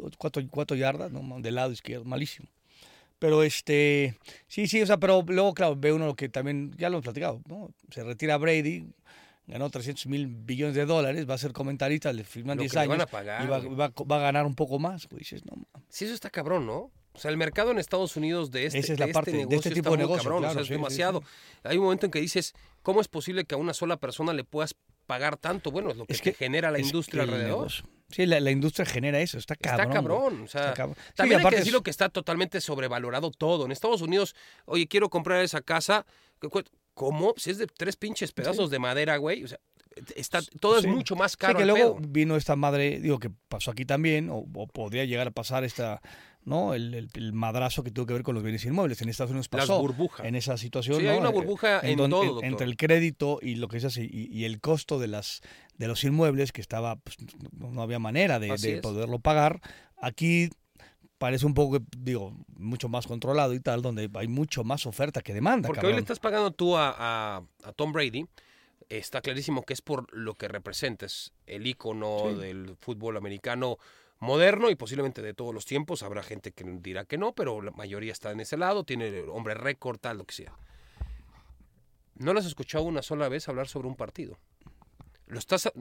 4 yardas, no, del lado izquierdo, malísimo. Pero sí, o sea, pero luego, claro, ve uno lo que también, ya lo hemos platicado, ¿no? Se retira Brady, ganó $300 billones, va a ser comentarista, le firman 10 años van a pagar, y va a ganar un poco más, pues dices, no mames. Sí, eso está cabrón, ¿no? O sea, el mercado en Estados Unidos de Esa es la parte, negocio de este tipo de negocio, cabrón, claro, o sea, es sí, demasiado. Sí. Hay un momento en que dices, ¿cómo es posible que a una sola persona le puedas pagar tanto? Bueno, es lo que genera la industria alrededor. Negocio. Sí, la industria genera eso, está cabrón. Está cabrón, o sea, cabrón. También hay que decirlo que está totalmente sobrevalorado todo. En Estados Unidos, oye, quiero comprar esa casa, ¿cómo? Si es de 3 pinches pedazos de madera, güey, o sea, todo es mucho más caro. Sí, que luego vino esta madre, digo, que pasó aquí también, o podría llegar a pasar ¿no? El madrazo que tuvo que ver con los bienes inmuebles. En Estados Unidos pasó. Las burbujas. En esa situación. Sí, ¿no? hay una burbuja en todo, doctor. Entre el crédito y lo que se hace, y el costo de los inmuebles, que estaba, pues, no había manera de poderlo pagar. Aquí parece un poco, digo, mucho más controlado y tal, donde hay mucho más oferta que demanda. Porque cabrón. hoy le estás pagando tú a Tom Brady. Está clarísimo que es por lo que representas, el ícono del fútbol americano moderno y posiblemente de todos los tiempos. Habrá gente que dirá que no, pero la mayoría está en ese lado, tiene hombre récord, tal, lo que sea. ¿No lo has escuchado una sola vez hablar sobre un partido? Lo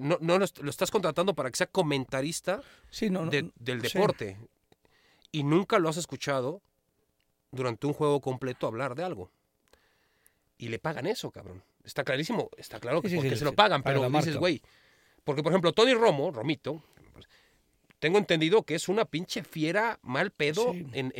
estás contratando para que sea comentarista del deporte. Sí. Y nunca lo has escuchado durante un juego completo hablar de algo. Y le pagan eso, cabrón. Está clarísimo, está claro que porque se lo pagan, pero dices, güey. Porque, por ejemplo, Tony Romito, tengo entendido que es una pinche fiera mal pedo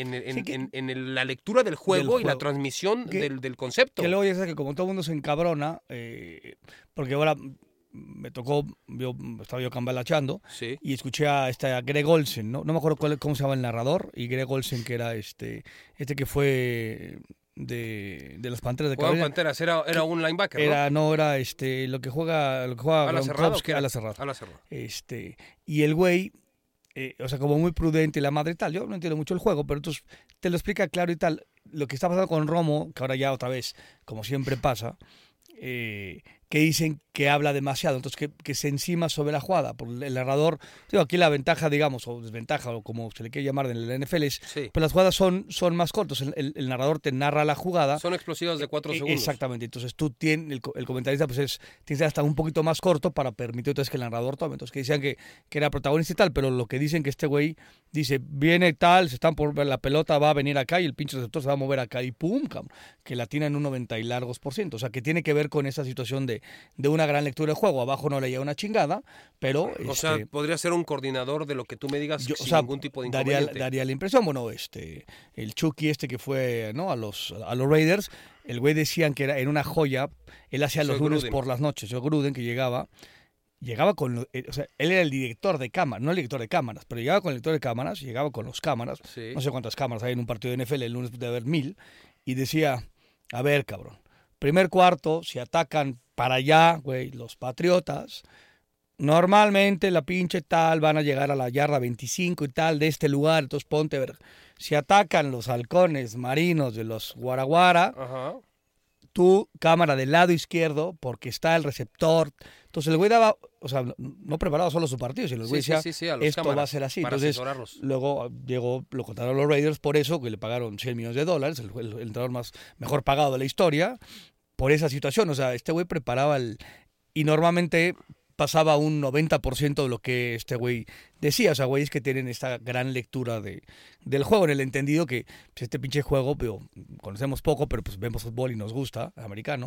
en la lectura del juego y la transmisión del concepto. Que luego ya sabes que como todo el mundo se encabrona, porque ahora me tocó, estaba yo cambalachando y escuché a Greg Olsen, ¿no? No me acuerdo cómo se llama el narrador, y Greg Olsen, que era que fue de las Panteras de Carolina. Panteras, era un linebacker, ¿no? Era lo que juega Gronkowski, ala cerrada. Y el güey, o sea, como muy prudente y la madre y tal. Yo no entiendo mucho el juego, pero entonces te lo explica claro y tal. Lo que está pasando con Romo, que ahora ya otra vez, como siempre pasa, que dicen que habla demasiado, entonces que se encima sobre la jugada. Por el narrador, digo, aquí la ventaja, digamos, o desventaja, o como se le quiere llamar en la NFL, es pues las jugadas son más cortas. El narrador te narra la jugada. Son explosivas de 4 segundos. Exactamente, entonces tú tienes, el comentarista pues tienes hasta un poquito más corto para permitir entonces que el narrador tome. Entonces que decían que era protagonista y tal, pero lo que dicen que este güey dice, viene tal, se están por ver la pelota, va a venir acá y el pinche receptor se va a mover acá y pum, que la tiene en un 90 y largos %. O sea, que tiene que ver con esa situación de una gran lectura de juego. Abajo no le llega una chingada, pero... O sea, podría ser un coordinador de lo que tú me digas sin ningún tipo de inconveniente. Daría la impresión. Bueno, el Chucky que fue, ¿no? a los Raiders, el güey decían que era una joya. Él hacía los lunes por las noches. Gruden, que llegaba con... o sea, él era el director de cámaras, no el director de cámaras, pero llegaba con el director de cámaras, llegaba con los cámaras. Sí. No sé cuántas cámaras hay en un partido de NFL, el lunes debe haber 1000, y decía, a ver, cabrón, primer cuarto, si atacan para allá, güey, los Patriotas, normalmente la pinche tal van a llegar a la yarda 25 y tal de este lugar, entonces ponte, ver, si atacan los halcones marinos de los Guaraguara, tu cámara del lado izquierdo, porque está el receptor. Entonces el güey daba, o sea, no preparaba solo su partido, sino el güey decía, esto va a ser así. Entonces luego lo contaron los Raiders por eso, que le pagaron $100 millones, el entrenador mejor pagado de la historia, por esa situación. O sea, este güey preparaba y normalmente pasaba un 90% de lo que este güey decía. O sea, güeyes que tienen esta gran lectura del juego, en el entendido que pues, este pinche juego, conocemos poco, pero pues vemos fútbol y nos gusta, americano,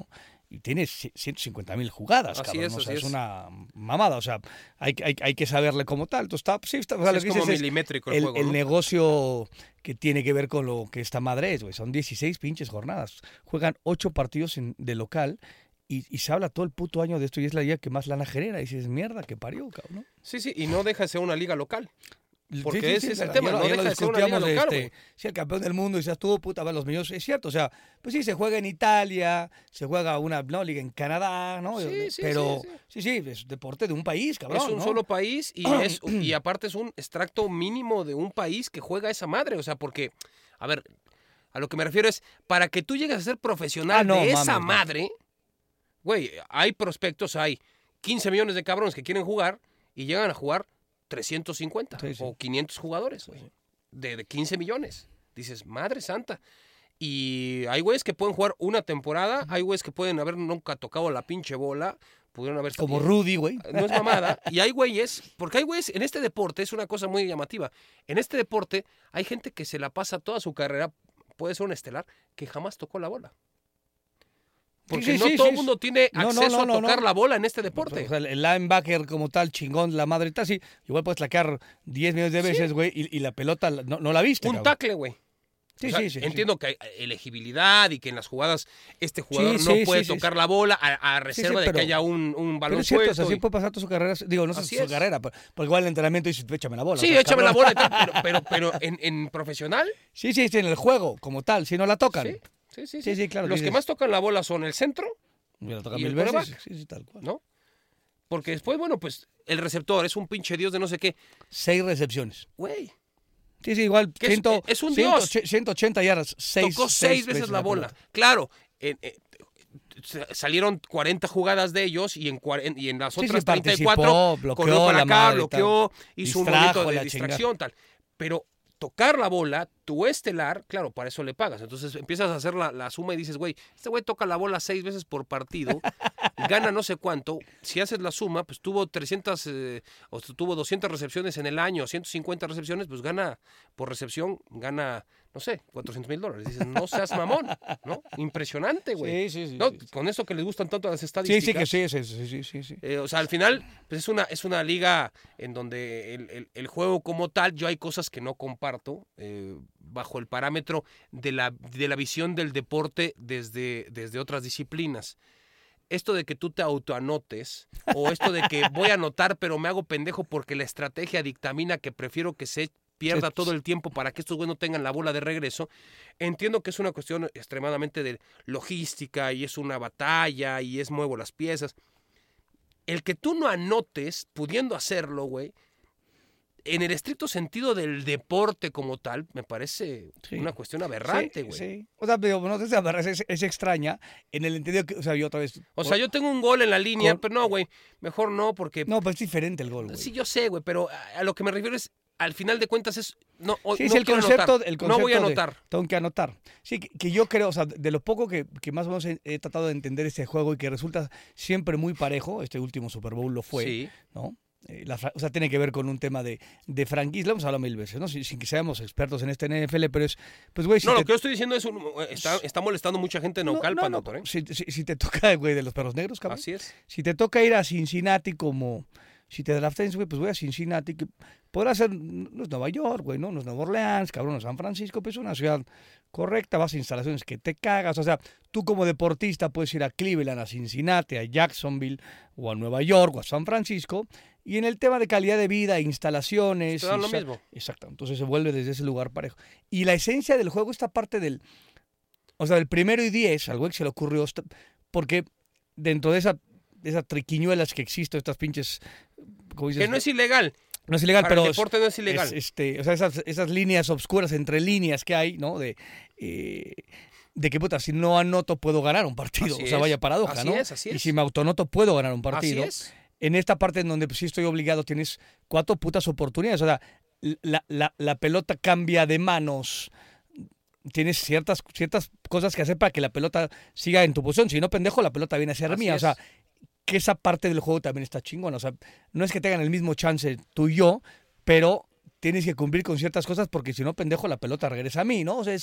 y tiene 150,000 jugadas, Así cabrón. es, O sea, así es es. una mamada. O sea, hay que saberle como tal. Entonces, o sea, lo Es que como dices es milimétrico el juego, el ¿no? negocio que tiene que ver con lo que esta madre es, güey. Son 16 pinches jornadas. Juegan 8 partidos de local y se habla todo el puto año de esto y es la liga que más lana genera. Y dices, mierda, que parió, cabrón, ¿no? Sí, y no deja de ser una liga local. Porque Sí, ese es el tema, ya no ya deja de ser una liga discutíamos local, güey. sí, el campeón del mundo, y seas tú, puta, va los millones, es cierto, o sea, pues sí, se juega en Italia, se juega una liga en Canadá, ¿no? Sí, Pero sí, es deporte de un país, cabrón, Es un ¿no? solo país y aparte es un extracto mínimo de un país que juega esa madre. O sea, porque, a ver, a lo que me refiero es, para que tú llegues a ser profesional de esa madre, güey, hay prospectos, hay 15 millones de cabrones que quieren jugar y llegan a jugar 350 o 500 jugadores, güey, de 15 millones. Dices, madre santa. Y hay güeyes que pueden jugar una temporada, hay güeyes que pueden haber nunca tocado la pinche bola, pudieron haber... Como Rudy, güey. No es mamada. Y hay güeyes, porque hay güeyes, en este deporte, es una cosa muy llamativa, en este deporte hay gente que se la pasa toda su carrera, puede ser un estelar, que jamás tocó la bola. Porque no todo el mundo tiene acceso a tocar la bola en este deporte. O sea, el linebacker como tal, chingón, la madre tal, sí, igual puedes tlaquear 10 millones de veces, güey, y la pelota no la viste, un cabrón. tackle, güey. Sí, O sea, sí. Entiendo que hay elegibilidad y que en las jugadas este jugador no puede tocar la bola a reserva de que haya un balón pero es cierto, suelto. O sea, sí puede pasar toda su carrera, digo, no sé su carrera, porque igual el entrenamiento dice, échame la bola. Sí, o sea, échame cabrón. la bola y tal, pero en profesional. Sí, en el juego como tal, si no la tocan. Sí, claro. Los que más tocan la bola son el centro la tocan y mil el veces. quarterback, Sí, tal cual. ¿no? Porque después, bueno, pues el receptor es un pinche dios de no sé qué. 6 recepciones. Güey. Sí, igual. Es un dios. 180 yardas. Tocó 6 veces la bola. Claro, salieron 40 jugadas de ellos y en las otras 34 corrió para acá, bloqueó, hizo un movimiento de distracción, tal. Pero tocar la bola, tu estelar, claro, para eso le pagas. Entonces empiezas a hacer la suma y dices, güey, este güey toca la bola 6 veces por partido, gana no sé cuánto. Si haces la suma, pues tuvo 300 o tuvo 200 recepciones en el año, 150 recepciones, pues gana por recepción, gana, no sé, $400,000. Dices, no seas mamón, ¿no? Impresionante, güey. Sí. ¿No? Con eso que les gustan tanto las estadísticas. Sí. O sea, al final, pues es una liga en donde el juego como tal, yo hay cosas que no comparto, bajo el parámetro de la visión del deporte desde otras disciplinas. Esto de que tú te autoanotes, o esto de que voy a anotar pero me hago pendejo porque la estrategia dictamina que prefiero que se pierda todo el tiempo para que estos güeyes no tengan la bola de regreso, entiendo que es una cuestión extremadamente de logística y es una batalla y es muevo las piezas. El que tú no anotes pudiendo hacerlo, güey, en el estricto sentido del deporte como tal, me parece una cuestión aberrante, güey. Sí. O sea, digo, no es extraña en el entendido que, o sea, yo otra vez... O sea, yo tengo un gol en la línea, pero no, güey, mejor no, porque... No, pero es diferente el gol, güey. Sí, yo sé, güey, pero a lo que me refiero es, al final de cuentas es... No, sí, no el concepto no voy a anotar. Tengo que anotar. Sí, que yo creo, o sea, de lo poco que más o menos he tratado de entender este juego y que resulta siempre muy parejo, este último Super Bowl lo fue, ¿no? O sea, tiene que ver con un tema de franquicia, lo hemos hablado 1000 veces, ¿no? Sin que seamos expertos en este NFL, pero es, pues, güey... lo que yo estoy diciendo es, está molestando mucha gente en Naucalpan, doctor, ¿eh? Si te toca, güey, de los perros negros, cabrón. Así es. Si te toca ir a Cincinnati como... Si te draftas, güey, pues voy a Cincinnati, que podrá ser, no es Nueva York, güey, no es Nueva Orleans, cabrón, no es San Francisco, pues es una ciudad correcta, vas a instalaciones que te cagas, o sea, tú como deportista puedes ir a Cleveland, a Cincinnati, a Jacksonville, o a Nueva York, o a San Francisco, y en el tema de calidad de vida, instalaciones... Te dan lo mismo. Exacto, entonces se vuelve desde ese lugar parejo. Y la esencia del juego, esta parte del 1st y 10, al güey que se le ocurrió, porque dentro de esas triquiñuelas que existen, estas pinches... Que no es ilegal. No es ilegal, para pero... el deporte no es ilegal. O sea, esas líneas obscuras entre líneas que hay, ¿no? De que, puta, si no anoto puedo ganar un partido. Así o sea, vaya paradoja, así ¿no? Así es. Y si me autonoto puedo ganar un partido. Así es. En esta parte en donde pues, sí estoy obligado, tienes 4 putas oportunidades. O sea, la pelota cambia de manos... Tienes ciertas cosas que hacer para que la pelota siga en tu posición. Si no, pendejo, la pelota viene a ser mía. O sea, que esa parte del juego también está chingona. O sea, no es que tengan el mismo chance tú y yo, pero tienes que cumplir con ciertas cosas porque si no, pendejo, la pelota regresa a mí, ¿no? O sea,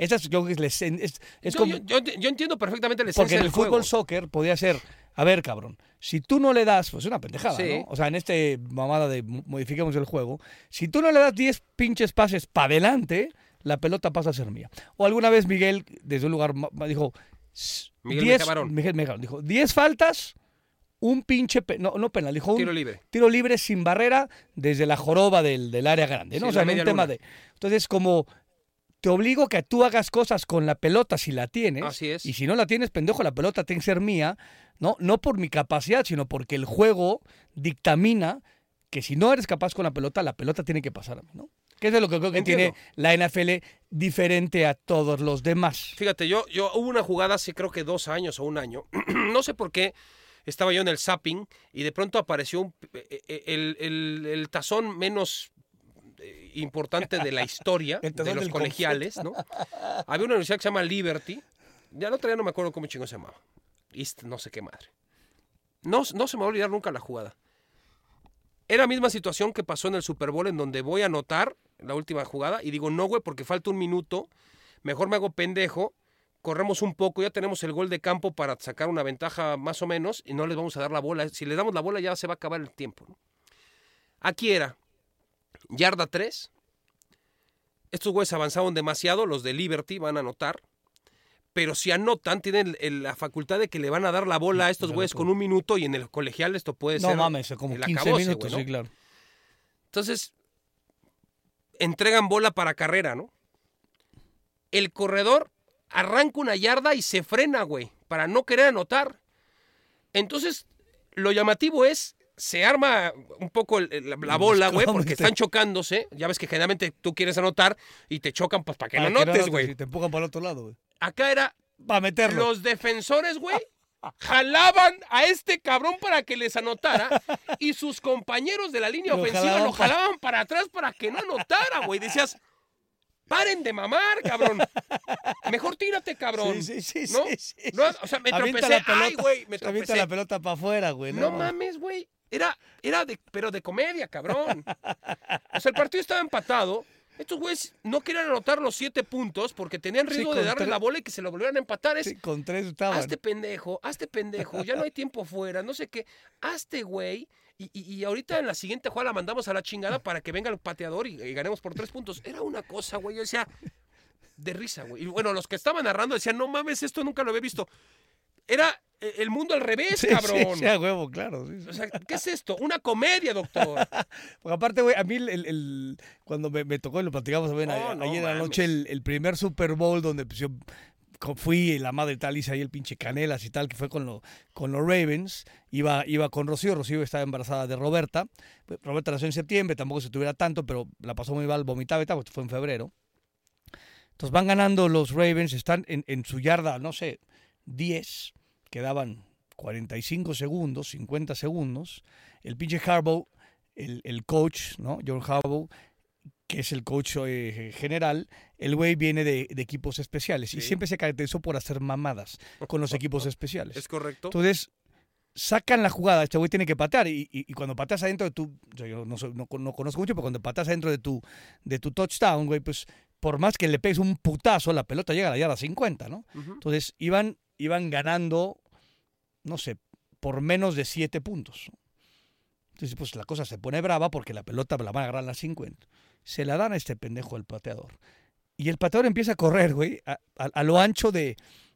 yo entiendo perfectamente la esencia porque en el fútbol, soccer podía ser, a ver, cabrón, si tú no le das, pues es una pendejada, ¿no? O sea, en este mamada de modifiquemos el juego, si tú no le das 10 pinches pases para adelante, la pelota pasa a ser mía. O alguna vez Miguel, desde un lugar, dijo... Miguel Mejarón dijo, 10 faltas, un pinche... no penal, dijo un tiro libre sin barrera desde la joroba del área grande, ¿no? Sí, o sea, en un tema de... Entonces, como te obligo a que tú hagas cosas con la pelota si la tienes. Así es. Y si no la tienes, pendejo, la pelota tiene que ser mía, ¿no? No por mi capacidad, sino porque el juego dictamina que si no eres capaz con la pelota tiene que pasar a mí, ¿no? Que es lo que creo que tiene la NFL diferente a todos los demás. Fíjate, yo hubo una jugada hace creo que 2 años o 1 año. No sé por qué estaba yo en el zapping y de pronto apareció el tazón menos importante de la historia de los colegiales, ¿no? Había una universidad que se llama Liberty. Ya el otro día no me acuerdo cómo chingo se llamaba. East, no sé qué madre. No se me va a olvidar nunca la jugada. Era la misma situación que pasó en el Super Bowl, en donde voy a anotar la última jugada y digo, no, güey, porque falta 1 minuto, mejor me hago pendejo, corremos un poco, ya tenemos el gol de campo para sacar una ventaja más o menos y no les vamos a dar la bola. Si le damos la bola ya se va a acabar el tiempo, ¿no? Aquí era yarda 3. Estos güeyes avanzaron demasiado, los de Liberty van a anotar. Pero si anotan, tienen la facultad de que le van a dar la bola a estos güeyes con 1 minuto y en el colegial esto puede ser... No mames, como 15 minutos, ¿no? Sí, claro. Entonces, entregan bola para carrera, ¿no? El corredor arranca 1 yarda y se frena, güey, para no querer anotar. Entonces, lo llamativo es, se arma un poco la bola, güey, porque están chocándose. Ya ves que generalmente tú quieres anotar y te chocan pues para que no anotes, güey. Y te empujan para el otro lado, güey. Acá era... Para meterlo. Los defensores, güey, jalaban a este cabrón para que les anotara y sus compañeros de la línea ofensiva lo jalaban para atrás para que no anotara, güey. Decías, paren de mamar, cabrón. Mejor tírate, cabrón. Sí. ¿No? Sí. No, o sea, me tropecé. Ay, güey, me tropecé. Avienta la pelota para afuera, güey. No mames, güey. Pero de comedia, cabrón. O sea, el partido estaba empatado. Estos güeyes no querían anotar los 7 puntos porque tenían riesgo de darle la bola y que se lo volvieran a empatar. Con 3 estaban. Hazte pendejo, ya no hay tiempo fuera, no sé qué. Hazte, güey. Y ahorita en la siguiente jugada la mandamos a la chingada para que venga el pateador y ganemos por 3 puntos. Era una cosa, güey. Yo decía, de risa, güey. Y bueno, los que estaban narrando decían, no mames, esto nunca lo había visto. Era el mundo al revés, cabrón. Sí, a huevo, claro. Sí. O sea, ¿qué es esto? Una comedia, doctor. Porque aparte, güey, a mí cuando me tocó, y lo platicamos ayer en la noche, el primer Super Bowl donde pues, yo fui y la madre tal hice ahí el pinche Canelas y tal, que fue con los Ravens, iba con Rocío estaba embarazada de Roberta. Roberta nació en septiembre, tampoco se tuviera tanto, pero la pasó muy mal, vomitaba y tal, porque fue en febrero. Entonces van ganando los Ravens, están en su yarda, no sé, 10, quedaban 45 segundos, 50 segundos. El pinche Harbaugh, el coach, ¿no? John Harbaugh, que es el coach general, el güey viene de equipos especiales y siempre se caracterizó por hacer mamadas con los equipos especiales. Es correcto. Entonces, sacan la jugada, este güey tiene que patear y cuando pateas adentro de tu... Yo no conozco mucho, pero cuando pateas adentro de tu touchdown, güey, pues por más que le pegues un putazo, la pelota llega a la yarda 50, ¿no? Uh-huh. Entonces, iban ganando, no sé, por menos de 7 puntos. Entonces, pues la cosa se pone brava porque la pelota la van a agarrar a las 50. Se la dan a este pendejo el pateador. Y el pateador empieza a correr, güey, a lo ancho de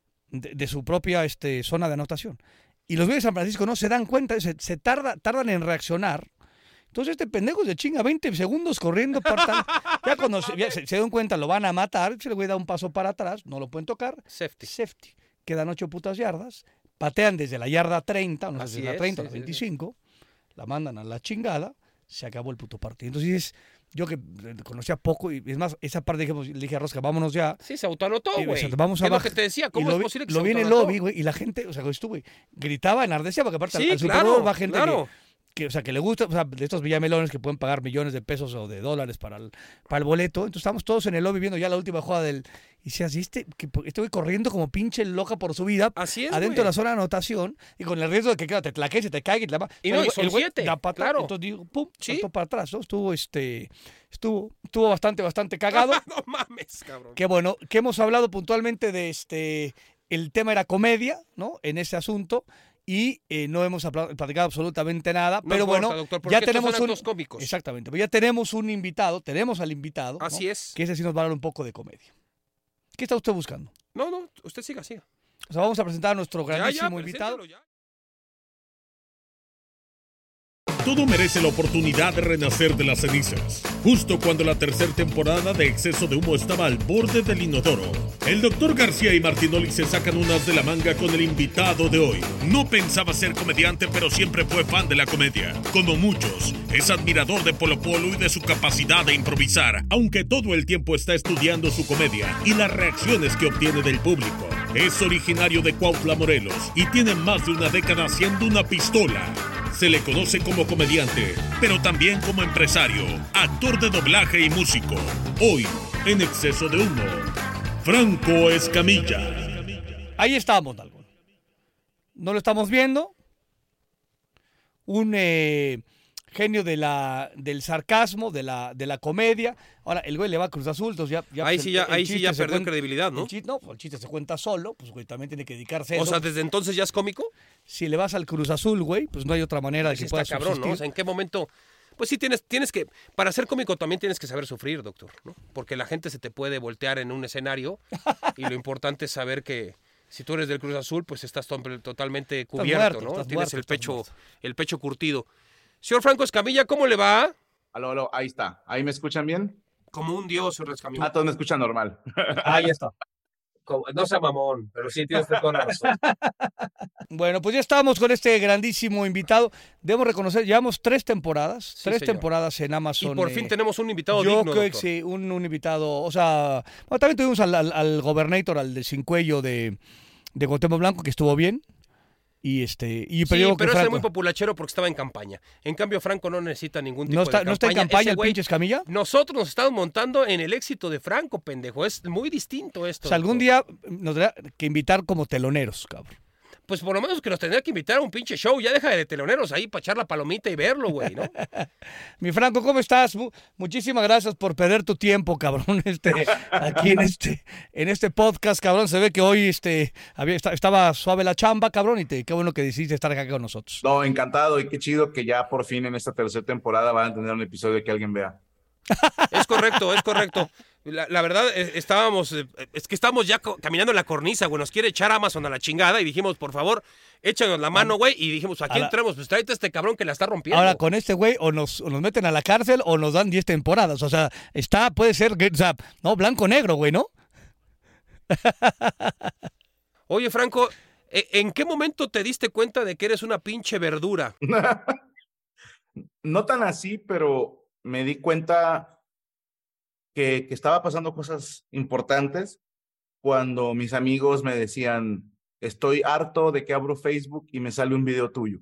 su propia zona de anotación. Y los güeyes de San Francisco no se dan cuenta, se tardan en reaccionar. Entonces este pendejo se chinga 20 segundos corriendo. Ya cuando se dan cuenta lo van a matar, se le güey da un paso para atrás, no lo pueden tocar. Safety. Quedan 8 putas yardas, patean desde la yarda 30, no sé si es la 30 o la 25, la mandan a la chingada, se acabó el puto partido. Entonces yo que conocía poco, y es más, esa parte le dije a Rosca, vámonos ya. Sí, se autoanotó, güey. Vamos a es lo que te decía, ¿cómo es posible que se autoanotó? Lo vi en el lobby, güey, y la gente, o sea, estuve, gritaba, enardecía, porque aparte al Super Bowl va gente que le gusta, de estos villamelones que pueden pagar millones de pesos o de dólares para el boleto. Entonces estamos todos en el lobby viendo ya la última jugada del... Y se así, estoy corriendo como pinche loca por su vida. Así es, adentro de la zona de anotación y con el riesgo de que te tlaquee, se te caiga. Y no, son 7, claro. Entonces digo, pum, saltó para atrás, ¿no? Estuvo bastante cagado. No mames, cabrón. Qué bueno, que hemos hablado puntualmente de el tema era comedia, ¿no? En ese asunto. Y no hemos platicado absolutamente nada, no pero importa, bueno, doctor, ya tenemos cómicos. Exactamente, pero ya tenemos un invitado, tenemos al invitado, así ¿no? es, que ese sí nos va a dar un poco de comedia. ¿Qué está usted buscando? No, usted siga. O sea, vamos a presentar a nuestro grandísimo invitado. Ya. Todo merece la oportunidad de renacer de las cenizas. Justo cuando la tercera temporada de Exceso de Humo estaba al borde del inodoro, el Dr. García y Martinoli se sacan unas de la manga con el invitado de hoy. No pensaba ser comediante, pero siempre fue fan de la comedia. Como muchos, es admirador de Polo Polo y de su capacidad de improvisar, aunque todo el tiempo está estudiando su comedia y las reacciones que obtiene del público. Es originario de Cuautla, Morelos, y tiene más de una década haciendo una pistola. Se le conoce como comediante, pero también como empresario, actor de doblaje y músico. Hoy, en Exceso de Humo, Franco Escamilla. Ahí estamos, Dalgón. No lo estamos viendo. Un genio del sarcasmo, de la comedia. Ahora, el güey le va a Cruz Azul, entonces ahí sí ya perdió credibilidad, ¿no? El chiste se cuenta solo, pues güey, también tiene que dedicarse a eso. O sea, ¿desde entonces ya es cómico? Si le vas al Cruz Azul, güey, pues no hay otra manera de que puedas subsistir. Está cabrón, ¿no? O sea, ¿en qué momento? Pues sí, tienes que, para ser cómico también tienes que saber sufrir, doctor, ¿no? Porque la gente se te puede voltear en un escenario y lo importante es saber que si tú eres del Cruz Azul, pues estás totalmente cubierto, ¿no? Tienes el pecho curtido. Señor Franco Escamilla, ¿cómo le va? Aló, ahí está. ¿Ahí me escuchan bien? Como un dios, señor Escamilla. Todos me escuchan normal. Ahí está. No sea mamón, pero sí tienes toda la razón. Bueno, pues ya estamos con este grandísimo invitado. Debo reconocer, llevamos 3 temporadas. Sí, 3 temporadas en Amazon. Y por fin tenemos un invitado digno, creo que sí, un invitado. O sea, bueno, también tuvimos al gobernator, al de Cincuello de Cuauhtémoc Blanco, que estuvo bien. Pero es muy populachero porque estaba en campaña. En cambio, Franco no necesita ningún tipo de campaña. ¿No está en campaña el pinche Escamilla? Nosotros nos estamos montando en el éxito de Franco, pendejo. Es muy distinto esto. O sea, algún día nos tendrá que invitar como teloneros, cabrón. Pues por lo menos que nos tendría que invitar a un pinche show. Ya deja de teloneros ahí para echar la palomita y verlo, güey, ¿no? Mi Franco, ¿cómo estás? Muchísimas gracias por perder tu tiempo, cabrón, aquí en este podcast, cabrón. Se ve que hoy estaba suave la chamba, cabrón, y qué bueno que decidiste estar acá con nosotros. No, encantado, y qué chido que ya por fin en esta tercera temporada van a tener un episodio que alguien vea. Es correcto. La verdad, estábamos ya caminando en la cornisa, güey, nos quiere echar Amazon a la chingada y dijimos, por favor, échanos la mano, güey, y dijimos, aquí entremos, pues tráete a este cabrón que la está rompiendo. Ahora, con este güey, o nos meten a la cárcel o nos dan 10 temporadas, o sea, puede ser, o sea, no, blanco-negro, güey, ¿no? Oye, Franco, ¿en qué momento te diste cuenta de que eres una pinche verdura? No tan así, pero me di cuenta que estaba pasando cosas importantes cuando mis amigos me decían, estoy harto de que abro Facebook y me sale un video tuyo.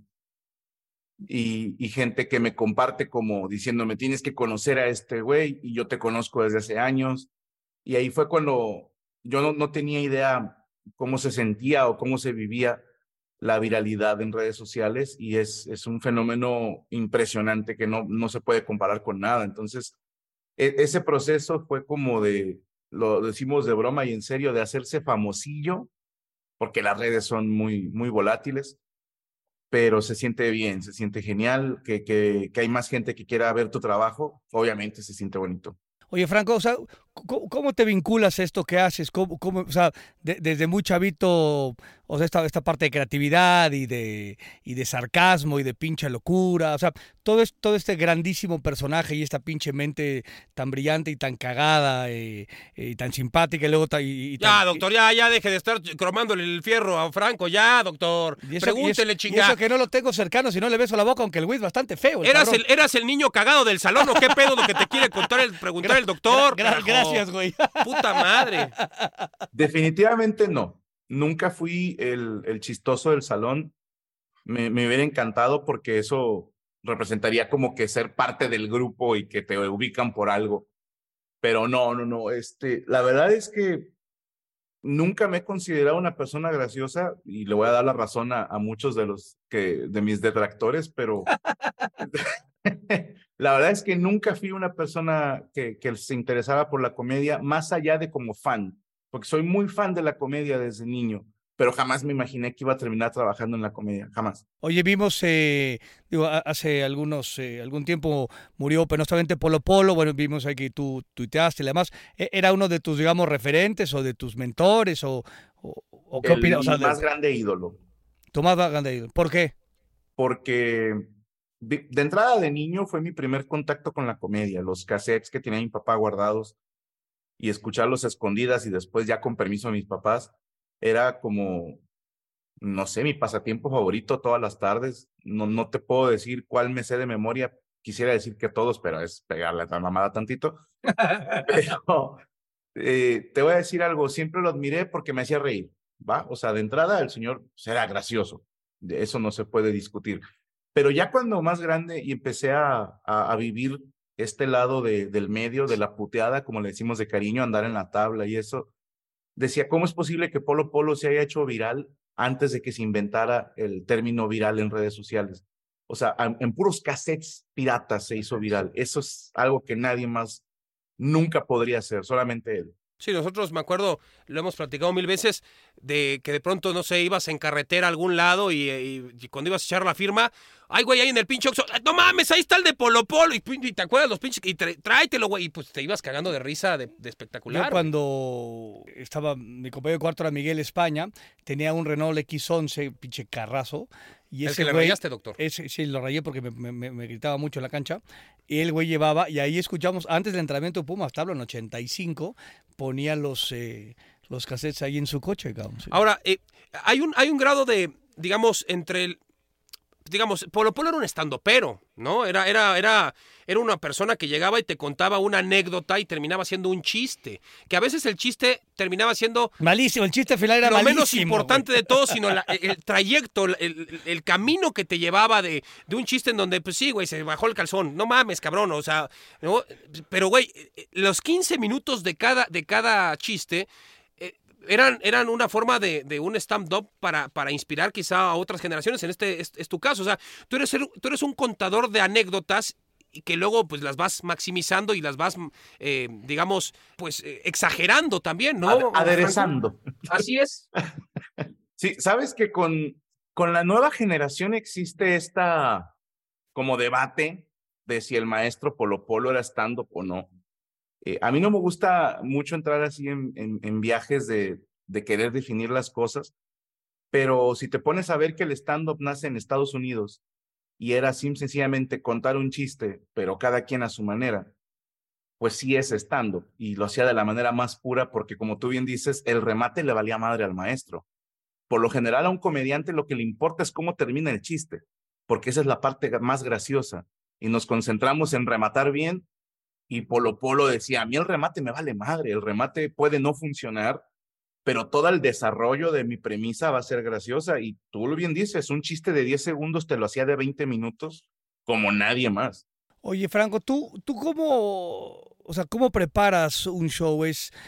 Y gente que me comparte como diciéndome, tienes que conocer a este güey, y yo te conozco desde hace años. Y ahí fue cuando yo no tenía idea cómo se sentía o cómo se vivía la viralidad en redes sociales, y es un fenómeno impresionante que no se puede comparar con nada. Entonces, ese proceso fue como lo decimos de broma y en serio, de hacerse famosillo, porque las redes son muy, muy volátiles, pero se siente bien, se siente genial, que hay más gente que quiera ver tu trabajo, obviamente se siente bonito. Oye, Franco, o sea, ¿cómo te vinculas a esto que haces? ¿Cómo, o sea, desde muy chavito, o sea, esta parte de creatividad y de sarcasmo y de pinche locura, o sea, todo este grandísimo personaje y esta pinche mente tan brillante y tan cagada y tan simpática y luego ya, doctor, ya deje de estar cromándole el fierro a Franco, ya, doctor, pregúntele, chingada. Y eso que no lo tengo cercano, si no le beso la boca, aunque el güey es bastante feo. ¿Eras el niño cagado del salón o qué pedo lo que te quiere preguntar el doctor? Gracias, güey. Puta madre. Definitivamente no. Nunca fui el chistoso del salón. Me hubiera encantado porque eso representaría como que ser parte del grupo y que te ubican por algo. Pero no, la verdad es que nunca me he considerado una persona graciosa y le voy a dar la razón a muchos de mis detractores, pero la verdad es que nunca fui una persona que se interesaba por la comedia, más allá de como fan, porque soy muy fan de la comedia desde niño, pero jamás me imaginé que iba a terminar trabajando en la comedia, jamás. Oye, vimos, hace algún tiempo murió penosamente Polo Polo, bueno, vimos ahí que tú tuiteaste y demás. ¿Era uno de tus, digamos, referentes o de tus mentores o qué opinas? O sea, Mi más grande ídolo. Tu más grande ídolo. ¿Por qué? Porque de entrada de niño fue mi primer contacto con la comedia, los cassettes que tenía mi papá guardados y escucharlos a escondidas y después ya con permiso de mis papás, era como, no sé, mi pasatiempo favorito todas las tardes. No te puedo decir cuál me sé de memoria, quisiera decir que todos, pero es pegarle a la mamada tantito. Pero te voy a decir algo, siempre lo admiré porque me hacía reír, ¿va? O sea, de entrada el señor era gracioso, de eso no se puede discutir. Pero ya cuando más grande y empecé a vivir este lado del medio, de la puteada, como le decimos de cariño, andar en la tabla y eso, decía, ¿cómo es posible que Polo Polo se haya hecho viral antes de que se inventara el término viral en redes sociales? O sea, en puros cassettes piratas se hizo viral. Eso es algo que nadie más nunca podría hacer, solamente él. Sí, nosotros, me acuerdo, lo hemos platicado 1000 veces, de que de pronto, no sé, ibas en carretera a algún lado y cuando ibas a echar la firma, ay, güey, ahí en el pinche Oxxo, no mames, ahí está el de Polo Polo, y te acuerdas los pinches, y tráetelo, güey, y pues te ibas cagando de risa de espectacular. Yo cuando estaba, mi compañero de cuarto era Miguel España, tenía un Renault X11, pinche carrazo. Y ¿El ese que le güey, rayaste, doctor? Sí, lo rayé porque me gritaba mucho en la cancha. Y el güey llevaba, y ahí escuchamos, antes del entrenamiento de Pumas, hablo en 85, ponía los cassettes ahí en su coche, cabrón. Sí. Ahora, hay un grado de, digamos, digamos, Polo Polo era un estandopero, ¿no? Era una persona que llegaba y te contaba una anécdota y terminaba siendo un chiste. Que a veces el chiste terminaba siendo... Malísimo, el chiste final era lo malísimo. Lo menos importante de todo, sino el trayecto, el camino que te llevaba de un chiste en donde, pues sí, güey, se bajó el calzón. No mames, cabrón, o sea... ¿no? Pero, güey, los 15 minutos de cada chiste... Eran una forma de un stand-up para inspirar quizá a otras generaciones. En este es tu caso. O sea, tú eres un contador de anécdotas y que luego pues las vas maximizando y las vas, digamos, pues exagerando también, ¿no? Aderezando. Así es. Sí, sabes que con la nueva generación existe esta como debate de si el maestro Polo Polo era stand-up o no. A mí no me gusta mucho entrar así en viajes de querer definir las cosas, pero si te pones a ver que el stand-up nace en Estados Unidos y era así sencillamente contar un chiste, pero cada quien a su manera, pues sí es stand-up y lo hacía de la manera más pura porque, como tú bien dices, el remate le valía madre al maestro. Por lo general a un comediante lo que le importa es cómo termina el chiste, porque esa es la parte más graciosa y nos concentramos en rematar bien. Y Polo Polo decía, a mí el remate me vale madre, el remate puede no funcionar, pero todo el desarrollo de mi premisa va a ser graciosa. Y tú lo bien dices, un chiste de 10 segundos te lo hacía de 20 minutos como nadie más. Oye, Franco, ¿tú cómo, o sea, cómo preparas un show?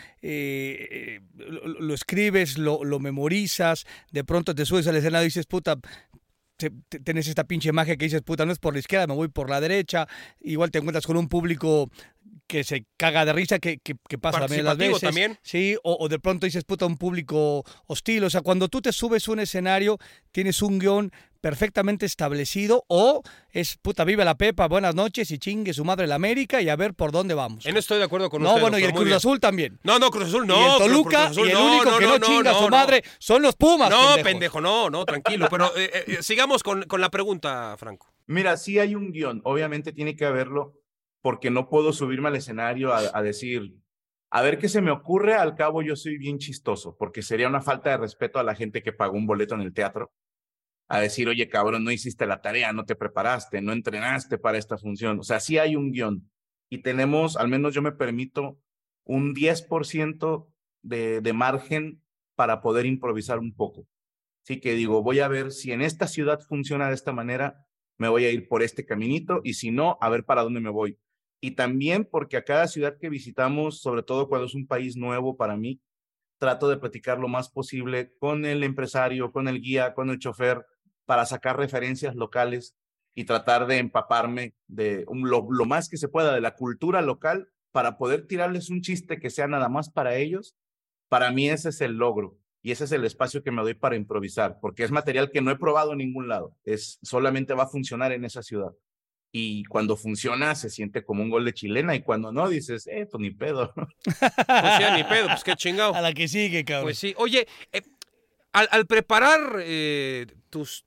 ¿Lo escribes, lo memorizas, de pronto te subes al escenario y dices, puta, tenés esta pinche magia que dices, puta, no es por la izquierda, me voy por la derecha, igual te encuentras con un público que se caga de risa, que pasa también las veces. También. Sí, o de pronto dices, puta, un público hostil. O sea, cuando tú te subes a un escenario, tienes un guión perfectamente establecido, o es, puta, vive la Pepa, buenas noches y chingue su madre la América y a ver por dónde vamos. No estoy de acuerdo con usted. No, bueno, y el Cruz Azul también. No, Cruz Azul no. Y el Toluca, y el único que no chinga a su madre son los Pumas. No, pendejo, no, tranquilo. Pero sigamos con la pregunta, Franco. Mira, sí hay un guión, obviamente tiene que haberlo, porque no puedo subirme al escenario a decir, a ver qué se me ocurre, al cabo yo soy bien chistoso, porque sería una falta de respeto a la gente que pagó un boleto en el teatro, a decir, oye, cabrón, no hiciste la tarea, no te preparaste, no entrenaste para esta función. O sea, sí hay un guión y tenemos, al menos yo me permito, un 10% de margen para poder improvisar un poco. Así que digo, voy a ver si en esta ciudad funciona de esta manera, me voy a ir por este caminito y si no, a ver para dónde me voy. Y también porque a cada ciudad que visitamos, sobre todo cuando es un país nuevo para mí, trato de platicar lo más posible con el empresario, con el guía, con el chofer, para sacar referencias locales y tratar de empaparme de lo más que se pueda de la cultura local para poder tirarles un chiste que sea nada más para ellos. Para mí ese es el logro y ese es el espacio que me doy para improvisar, porque es material que no he probado en ningún lado, solamente va a funcionar en esa ciudad. Y cuando funciona se siente como un gol de chilena y cuando no dices, pues ni pedo. Pues ya, ni pedo, pues qué chingado. A la que sigue, cabrón. Pues sí. Oye, al preparar tus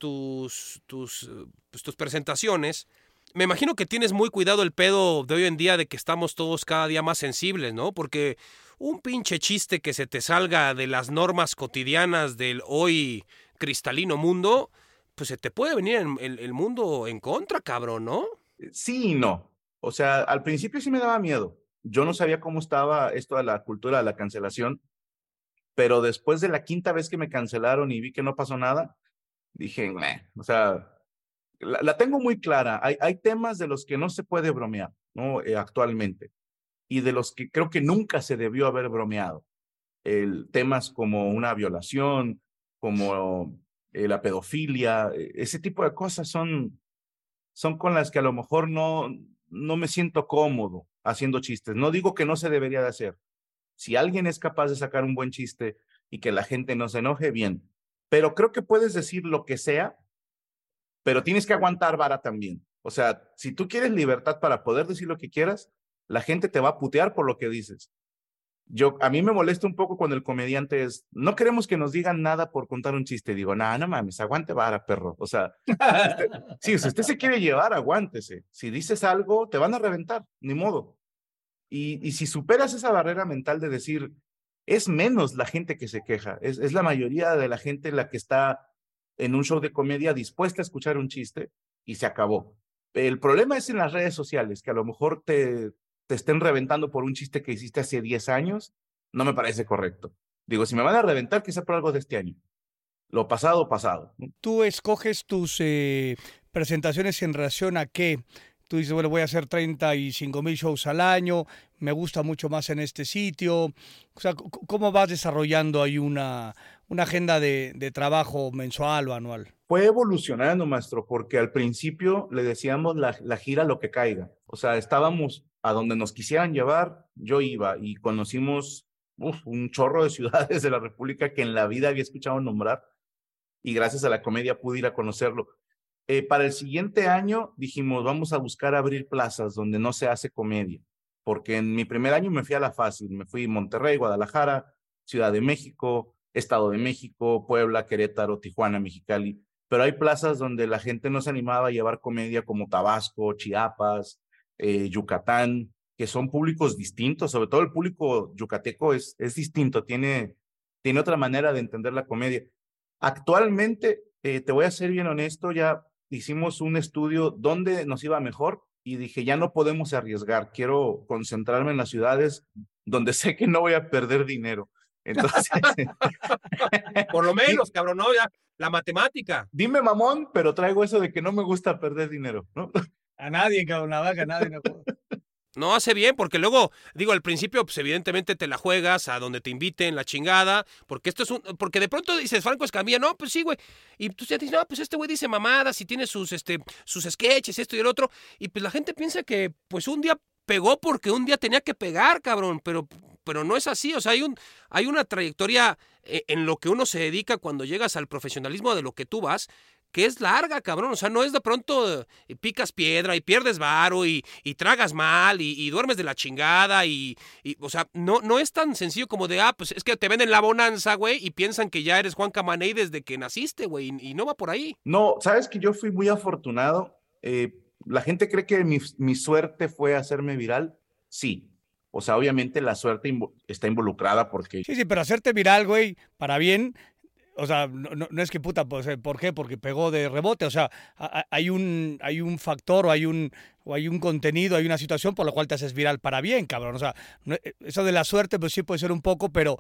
presentaciones, me imagino que tienes muy cuidado el pedo de hoy en día de que estamos todos cada día más sensibles, ¿no? Porque un pinche chiste que se te salga de las normas cotidianas del hoy cristalino mundo, pues se te puede venir el mundo en contra, cabrón, ¿no? Sí y no. O sea, al principio sí me daba miedo. Yo no sabía cómo estaba esto de la cultura de la cancelación, pero después de la quinta vez que me cancelaron y vi que no pasó nada, dije, o sea, la tengo muy clara. Hay temas de los que no se puede bromear, ¿no? Actualmente, y de los que creo que nunca se debió haber bromeado. Temas como una violación, como la pedofilia, ese tipo de cosas son con las que a lo mejor no me siento cómodo haciendo chistes. No digo que no se debería de hacer. Si alguien es capaz de sacar un buen chiste y que la gente no se enoje, bien. Pero creo que puedes decir lo que sea, pero tienes que aguantar vara también. O sea, si tú quieres libertad para poder decir lo que quieras, la gente te va a putear por lo que dices. A mí me molesta un poco cuando el comediante no queremos que nos digan nada por contar un chiste. Digo, no mames, aguante vara, perro. O sea, si usted se quiere llevar, aguántese. Si dices algo, te van a reventar, ni modo. Y si superas esa barrera mental de decir, es menos la gente que se queja, es la mayoría de la gente la que está en un show de comedia dispuesta a escuchar un chiste y se acabó. El problema es en las redes sociales, que a lo mejor te estén reventando por un chiste que hiciste hace 10 años, no me parece correcto. Digo, si me van a reventar, que sea por algo de este año. Lo pasado, pasado. ¿Tú escoges tus presentaciones en relación a qué? Tú dices, bueno, voy a hacer 35,000 shows al año, me gusta mucho más en este sitio. O sea, ¿cómo vas desarrollando ahí una agenda de trabajo mensual o anual? Fue evolucionando, maestro, porque al principio le decíamos la gira lo que caiga. O sea, estábamos a donde nos quisieran llevar, yo iba y conocimos un chorro de ciudades de la República que en la vida había escuchado nombrar y gracias a la comedia pude ir a conocerlo. Para el siguiente año dijimos, vamos a buscar abrir plazas donde no se hace comedia, porque en mi primer año me fui a la fácil, me fui a Monterrey, Guadalajara, Ciudad de México, Estado de México, Puebla, Querétaro, Tijuana, Mexicali, pero hay plazas donde la gente no se animaba a llevar comedia como Tabasco, Chiapas, Yucatán, que son públicos distintos, sobre todo el público yucateco es distinto, tiene otra manera de entender la comedia. Actualmente, te voy a ser bien honesto, ya hicimos un estudio donde nos iba mejor y dije, ya no podemos arriesgar, quiero concentrarme en las ciudades donde sé que no voy a perder dinero. Entonces, por lo menos, cabrón, ¿no? Ya, la matemática. Dime mamón, pero traigo eso de que no me gusta perder dinero, ¿no? A nadie, cabrón, la vaca, a nadie. No hace bien, porque luego, digo, al principio, pues evidentemente te la juegas a donde te inviten, la chingada, porque porque de pronto dices, Franco Escamilla, no, pues sí, güey, y tú ya dices, no, pues este güey dice mamadas y tiene sus sketches, esto y el otro, y pues la gente piensa que, pues un día pegó porque un día tenía que pegar, cabrón, pero no es así, o sea, hay una trayectoria en lo que uno se dedica cuando llegas al profesionalismo de lo que tú vas, que es larga, cabrón, o sea, no es de pronto picas piedra y pierdes varo y tragas mal y duermes de la chingada y o sea, no es tan sencillo como de, pues es que te venden la bonanza, güey, y piensan que ya eres Juan Camaney desde que naciste, güey, y no va por ahí. No, sabes que yo fui muy afortunado, la gente cree que mi suerte fue hacerme viral, sí. O sea, obviamente la suerte está involucrada porque... Sí, pero hacerte viral, güey, para bien... O sea, no es que puta, pues, ¿por qué? Porque pegó de rebote. O sea, hay un factor o hay un contenido, hay una situación por la cual te haces viral para bien, cabrón. O sea, eso de la suerte, pues sí puede ser un poco, pero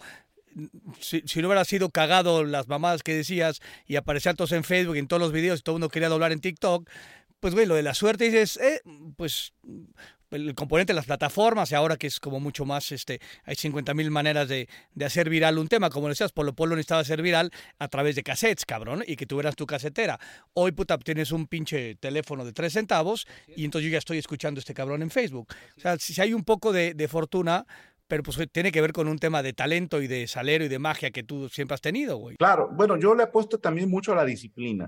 si no hubiera sido cagado las mamadas que decías y aparecían todos en Facebook, en todos los videos y todo el mundo quería doblar en TikTok, pues, güey, lo de la suerte, dices, pues el componente de las plataformas, y ahora que es como mucho más, hay 50,000 maneras de hacer viral un tema. Como decías, Polo Polo necesitaba hacer viral a través de cassettes, cabrón, y que tuvieras tu casetera. Hoy, puta, tienes un pinche teléfono de 3 centavos y entonces yo ya estoy escuchando a este cabrón en Facebook. O sea, si hay un poco de fortuna, pero pues tiene que ver con un tema de talento y de salero y de magia que tú siempre has tenido, güey. Claro, bueno, yo le apuesto también mucho a la disciplina.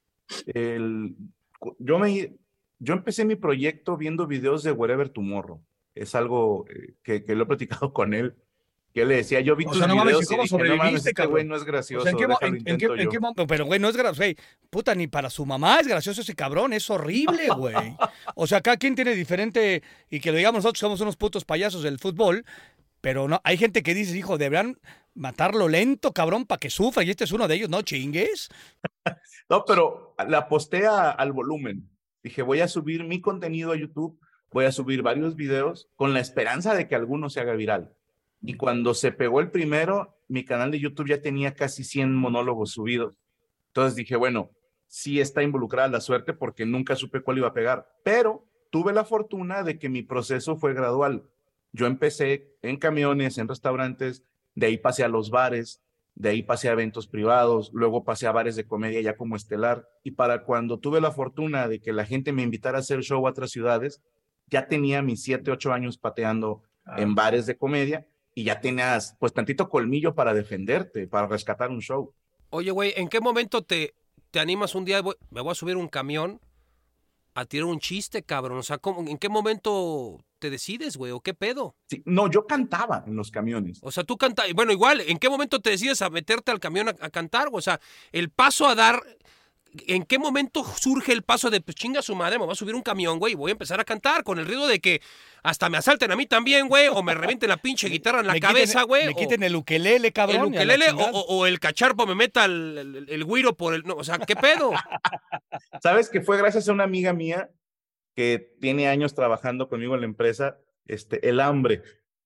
Yo empecé mi proyecto viendo videos de Wherever Tomorrow. Es algo que lo he platicado con él. Que yo le decía, yo vi tus videos y dije, no mames, este güey no es gracioso, déjalo intento yo. Pero, güey, no es gracioso, güey. Puta, ni para su mamá es gracioso ese cabrón, es horrible, güey. O sea, cada quien tiene diferente, y que lo digamos nosotros, somos unos putos payasos del fútbol, pero no, hay gente que dice, hijo, deberán matarlo lento, cabrón, para que sufra, y este es uno de ellos, no chingues. No, pero le aposté al volumen. Dije, voy a subir mi contenido a YouTube, voy a subir varios videos con la esperanza de que alguno se haga viral. Y cuando se pegó el primero, mi canal de YouTube ya tenía casi 100 monólogos subidos. Entonces dije, bueno, sí está involucrada la suerte porque nunca supe cuál iba a pegar. Pero tuve la fortuna de que mi proceso fue gradual. Yo empecé en camiones, en restaurantes, de ahí pasé a los bares, de ahí pasé a eventos privados, luego pasé a bares de comedia ya como estelar. Y para cuando tuve la fortuna de que la gente me invitara a hacer show a otras ciudades, ya tenía mis 7, 8 años pateando en bares de comedia. Y ya tenías, pues, tantito colmillo para defenderte, para rescatar un show. Oye, güey, ¿en qué momento te animas un día? Me voy a subir un camión a tirar un chiste, cabrón. O sea, ¿en qué momento te decides, güey? ¿O qué pedo? Sí, no, yo cantaba en los camiones. O sea, tú cantas. Bueno, igual, ¿en qué momento te decides a meterte al camión a cantar, güey? O sea, el paso a dar. ¿En qué momento surge el paso de, pues chinga su madre, me voy a subir un camión, güey, y voy a empezar a cantar con el riesgo de que hasta me asalten a mí también, güey, o me revienten la pinche guitarra en la cabeza, güey? Me quiten el ukelele, cabrón. El ukelele o el cacharpo me meta el güiro por el... No, o sea, ¿qué pedo? ¿Sabes que fue gracias a una amiga mía que tiene años trabajando conmigo en la empresa, el hambre?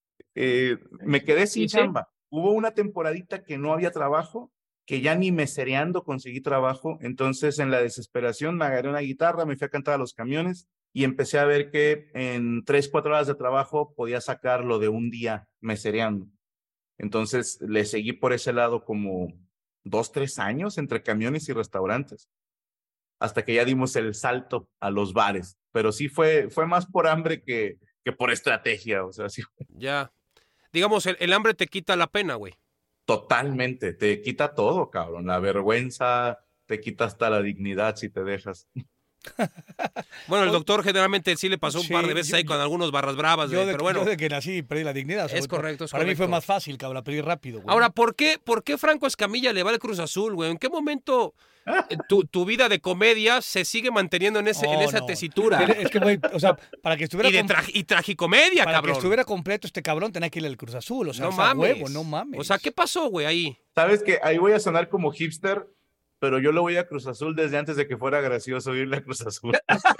Me quedé sin chamba. Hubo una temporadita que no había trabajo, que ya ni mesereando conseguí trabajo, entonces en la desesperación me agarré una guitarra, me fui a cantar a los camiones y empecé a ver que en 3, 4 horas de trabajo podía sacarlo de un día mesereando. Entonces le seguí por ese lado como 2, 3 años entre camiones y restaurantes, hasta que ya dimos el salto a los bares, pero sí fue más por hambre que por estrategia, o sea, sí. Ya, digamos, el hambre te quita la pena, güey. Totalmente, te quita todo, cabrón. La vergüenza, te quita hasta la dignidad si te dejas. Bueno, el doctor generalmente sí le pasó un par de veces ahí con algunos barras bravas, pero bueno. Yo de que nací perdí la dignidad. Es correcto, es correcto. Para mí fue más fácil, cabrón, la perdí rápido, güey. Ahora, ¿por qué Franco Escamilla le va al Cruz Azul, güey? ¿En qué momento tu vida de comedia se sigue manteniendo en esa tesitura? Es que, güey, o sea, para que estuviera... Y tragicomedia, para cabrón. Que estuviera completo este cabrón tenía que ir al Cruz Azul, o sea, no mames. Huevo, no mames. O sea, ¿qué pasó, güey, ahí? Sabes que ahí voy a sonar como hipster, pero yo lo voy a Cruz Azul desde antes de que fuera gracioso irle a Cruz Azul.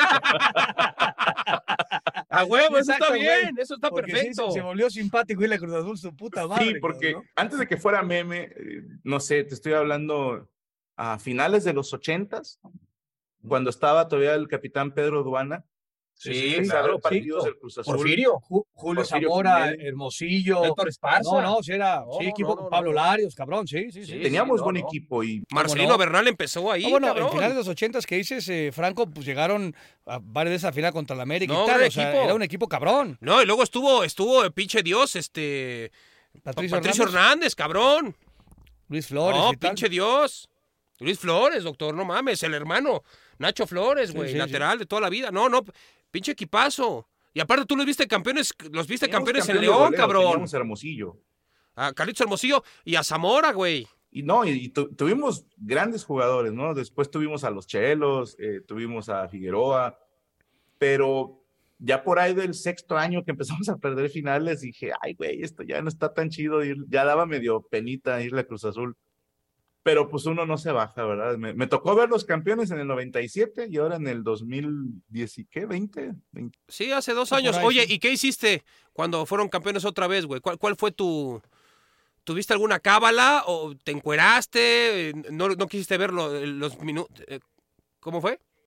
A huevo, eso está bien, eso está perfecto. Sí, se volvió simpático irle a Cruz Azul, su puta madre. Sí, porque ¿no? antes de que fuera meme, no sé, te estoy hablando a finales de los 80s, cuando estaba todavía el capitán Pedro Duana. Sí, claro, partidos del Cruz Azul. Porfirio. Julio Zamora, Hermosillo. Héctor Esparza. No, sí era equipo con Pablo Larios, cabrón, sí. Teníamos buen equipo. Y Marcelino Bernal empezó ahí, bueno, cabrón. en finales de los 80s que dices, Franco, pues llegaron a varias veces a final contra el América no, y tal, o sea, era un equipo cabrón. No, y luego estuvo el pinche Dios, Patricio Hernández, cabrón. Luis Flores no, y tal. Pinche Dios. Luis Flores, doctor, no mames, el hermano Nacho Flores, güey, lateral de toda la vida. No, pinche equipazo. Y aparte tú los viste campeones en León, cabrón. Teníamos Hermosillo. A Carlitos Hermosillo y a Zamora, güey. Y tuvimos grandes jugadores, ¿no? Después tuvimos a los Chelos, tuvimos a Figueroa, pero ya por ahí del 6º año que empezamos a perder finales, dije, ay, güey, esto ya no está tan chido, ya daba medio penita irle a Cruz Azul. Pero pues uno no se baja, ¿verdad? Me tocó ver los campeones en el 97 y ahora en el 2010, ¿qué? ¿20? Sí, hace 2 años. Oye, ¿y qué hiciste cuando fueron campeones otra vez, güey? ¿Cuál fue ¿Tuviste alguna cábala o te encueraste? ¿No quisiste ver los minutos? ¿Cómo fue?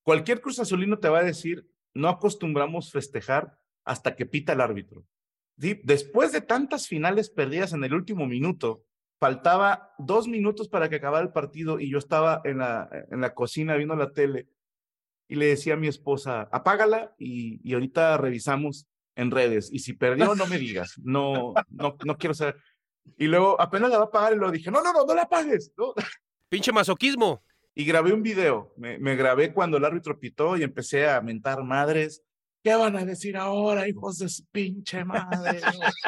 Cualquier Cruz Azulino te va a decir, no acostumbramos festejar hasta que pita el árbitro. ¿Sí? Después de tantas finales perdidas en el último minuto, faltaba 2 minutos para que acabara el partido y yo estaba en la cocina viendo la tele y le decía a mi esposa, apágala y ahorita revisamos en redes. Y si perdió, no me digas, no quiero saber. Y luego apenas la va a apagar y lo dije, no la apagues. No. Pinche masoquismo. Y grabé un video, me grabé cuando el árbitro pitó y empecé a mentar madres. ¿Qué van a decir ahora, hijos de su pinche madre?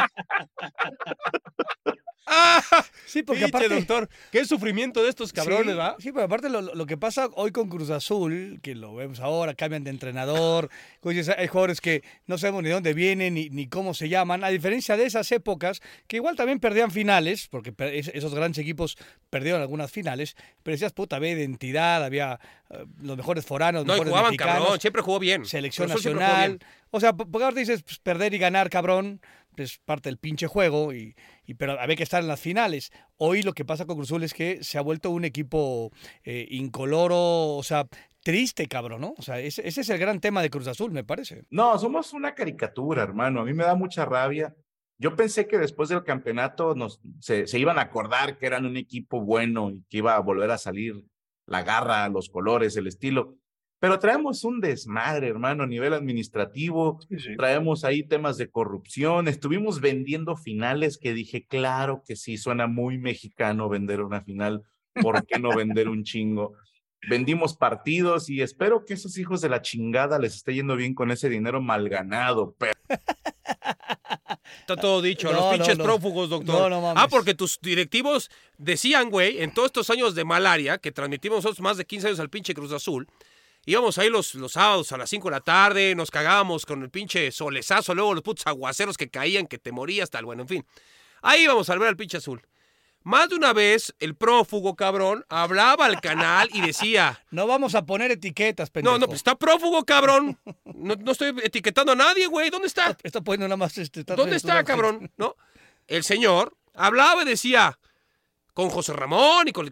Sí, porque aparte, doctor, qué sufrimiento de estos cabrones, ¿va? Sí, pero aparte lo que pasa hoy con Cruz Azul, que lo vemos ahora, cambian de entrenador, hay jugadores que no sabemos ni dónde vienen ni cómo se llaman, a diferencia de esas épocas, que igual también perdían finales, porque esos grandes equipos perdieron algunas finales, pero decías, puta, había identidad, había los mejores foranos, los mejores jugaban, mexicanos, cabrón, siempre jugó bien. Selección nacional, o sea, porque ahora dices, pues, perder y ganar, cabrón, es parte del pinche juego, pero había que estar en las finales. Hoy lo que pasa con Cruz Azul es que se ha vuelto un equipo incoloro, o sea, triste, cabrón, ¿no? O sea, ese es el gran tema de Cruz Azul, me parece. No, somos una caricatura, hermano. A mí me da mucha rabia. Yo pensé que después del campeonato se iban a acordar que eran un equipo bueno y que iba a volver a salir la garra, los colores, el estilo. Pero traemos un desmadre, hermano, a nivel administrativo. Sí. Traemos ahí temas de corrupción. Estuvimos vendiendo finales que dije, claro que sí, suena muy mexicano vender una final. ¿Por qué no vender un chingo? Vendimos partidos y espero que esos hijos de la chingada les esté yendo bien con ese dinero mal ganado. Pero... Está todo dicho, los pinches prófugos, doctor. No mames. Porque tus directivos decían, güey, en todos estos años de malaria, que transmitimos nosotros más de 15 años al pinche Cruz Azul, íbamos ahí los sábados a las 5 de la tarde, nos cagábamos con el pinche solezazo, luego los putos aguaceros que caían, que te morías, tal, bueno, en fin. Ahí íbamos a ver al pinche azul. Más de una vez, el prófugo, cabrón, hablaba al canal y decía... No vamos a poner etiquetas, pendejo. No, pues está prófugo, cabrón. No estoy etiquetando a nadie, güey. ¿Dónde está? Está poniendo nada más... ¿Dónde está, cabrón? ¿No? El señor hablaba y decía con José Ramón y con...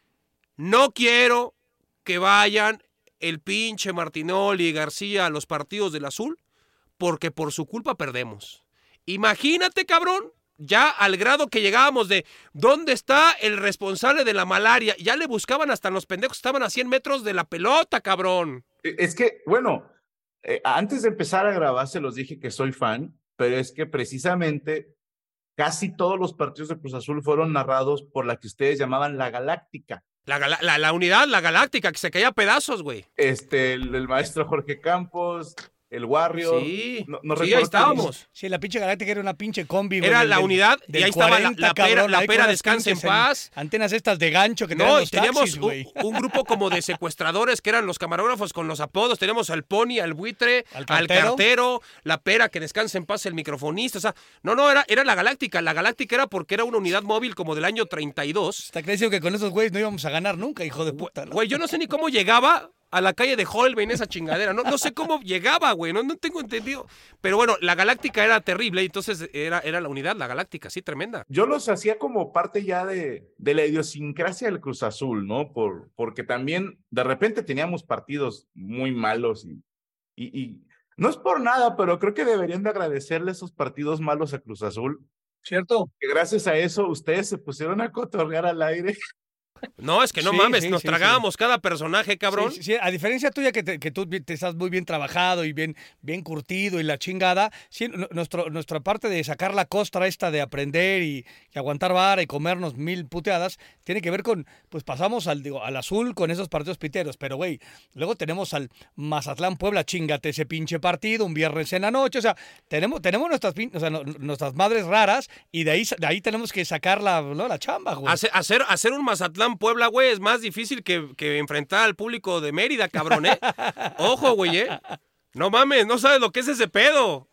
No quiero que vayan el pinche Martinoli y García a los partidos del azul porque por su culpa perdemos. Imagínate, cabrón. Ya al grado que llegábamos de ¿dónde está el responsable de la malaria? Ya le buscaban hasta los pendejos, estaban a 100 metros de la pelota, cabrón. Es que, bueno, antes de empezar a grabar se los dije que soy fan, pero es que precisamente casi todos los partidos de Cruz Azul fueron narrados por la que ustedes llamaban la Galáctica. La unidad, la Galáctica, que se caía a pedazos, güey. El maestro Jorge Campos... El Warrior. Sí, no sí, ahí estábamos. Sí, la pinche Galáctica era una pinche combi. Era la unidad y ahí 40, estaba la pera Descansa en Paz. Antenas estas de gancho que no, y teníamos un grupo como de secuestradores que eran los camarógrafos con los apodos. Teníamos al Pony, al Buitre, al Cartero, la pera que Descansa en Paz, el microfonista. O sea, era la Galáctica. La Galáctica era porque era una unidad móvil como del año 32. Está creciendo que con esos güeyes no íbamos a ganar nunca, hijo de puta. Güey, yo no sé ni cómo llegaba a la calle de Holbein esa chingadera. No sé cómo llegaba, güey. No tengo entendido. Pero bueno, la Galáctica era terrible. Entonces era la unidad, la Galáctica, sí, tremenda. Yo los hacía como parte ya de la idiosincrasia del Cruz Azul, ¿no? Porque también de repente teníamos partidos muy malos y no es por nada, pero creo que deberían de agradecerle esos partidos malos a Cruz Azul. ¿Cierto? Que gracias a eso ustedes se pusieron a cotorrear al aire. No, es que no mames, nos tragábamos cada personaje, cabrón. Sí, a diferencia tuya que tú te estás muy bien trabajado y bien curtido y la chingada, sí, nuestra parte de sacar la costra esta de aprender y aguantar vara y comernos 1000 puteadas, tiene que ver con, pues pasamos al azul con esos partidos piteros, pero güey, luego tenemos al Mazatlán Puebla, chingate ese pinche partido, un viernes en la noche, o sea, tenemos nuestras madres raras y de ahí tenemos que sacar la chamba, güey. Hacer un Mazatlán Puebla, güey, es más difícil que enfrentar al público de Mérida, cabrón, ¿eh? Ojo, güey, ¿eh? No mames, no sabes lo que es ese pedo.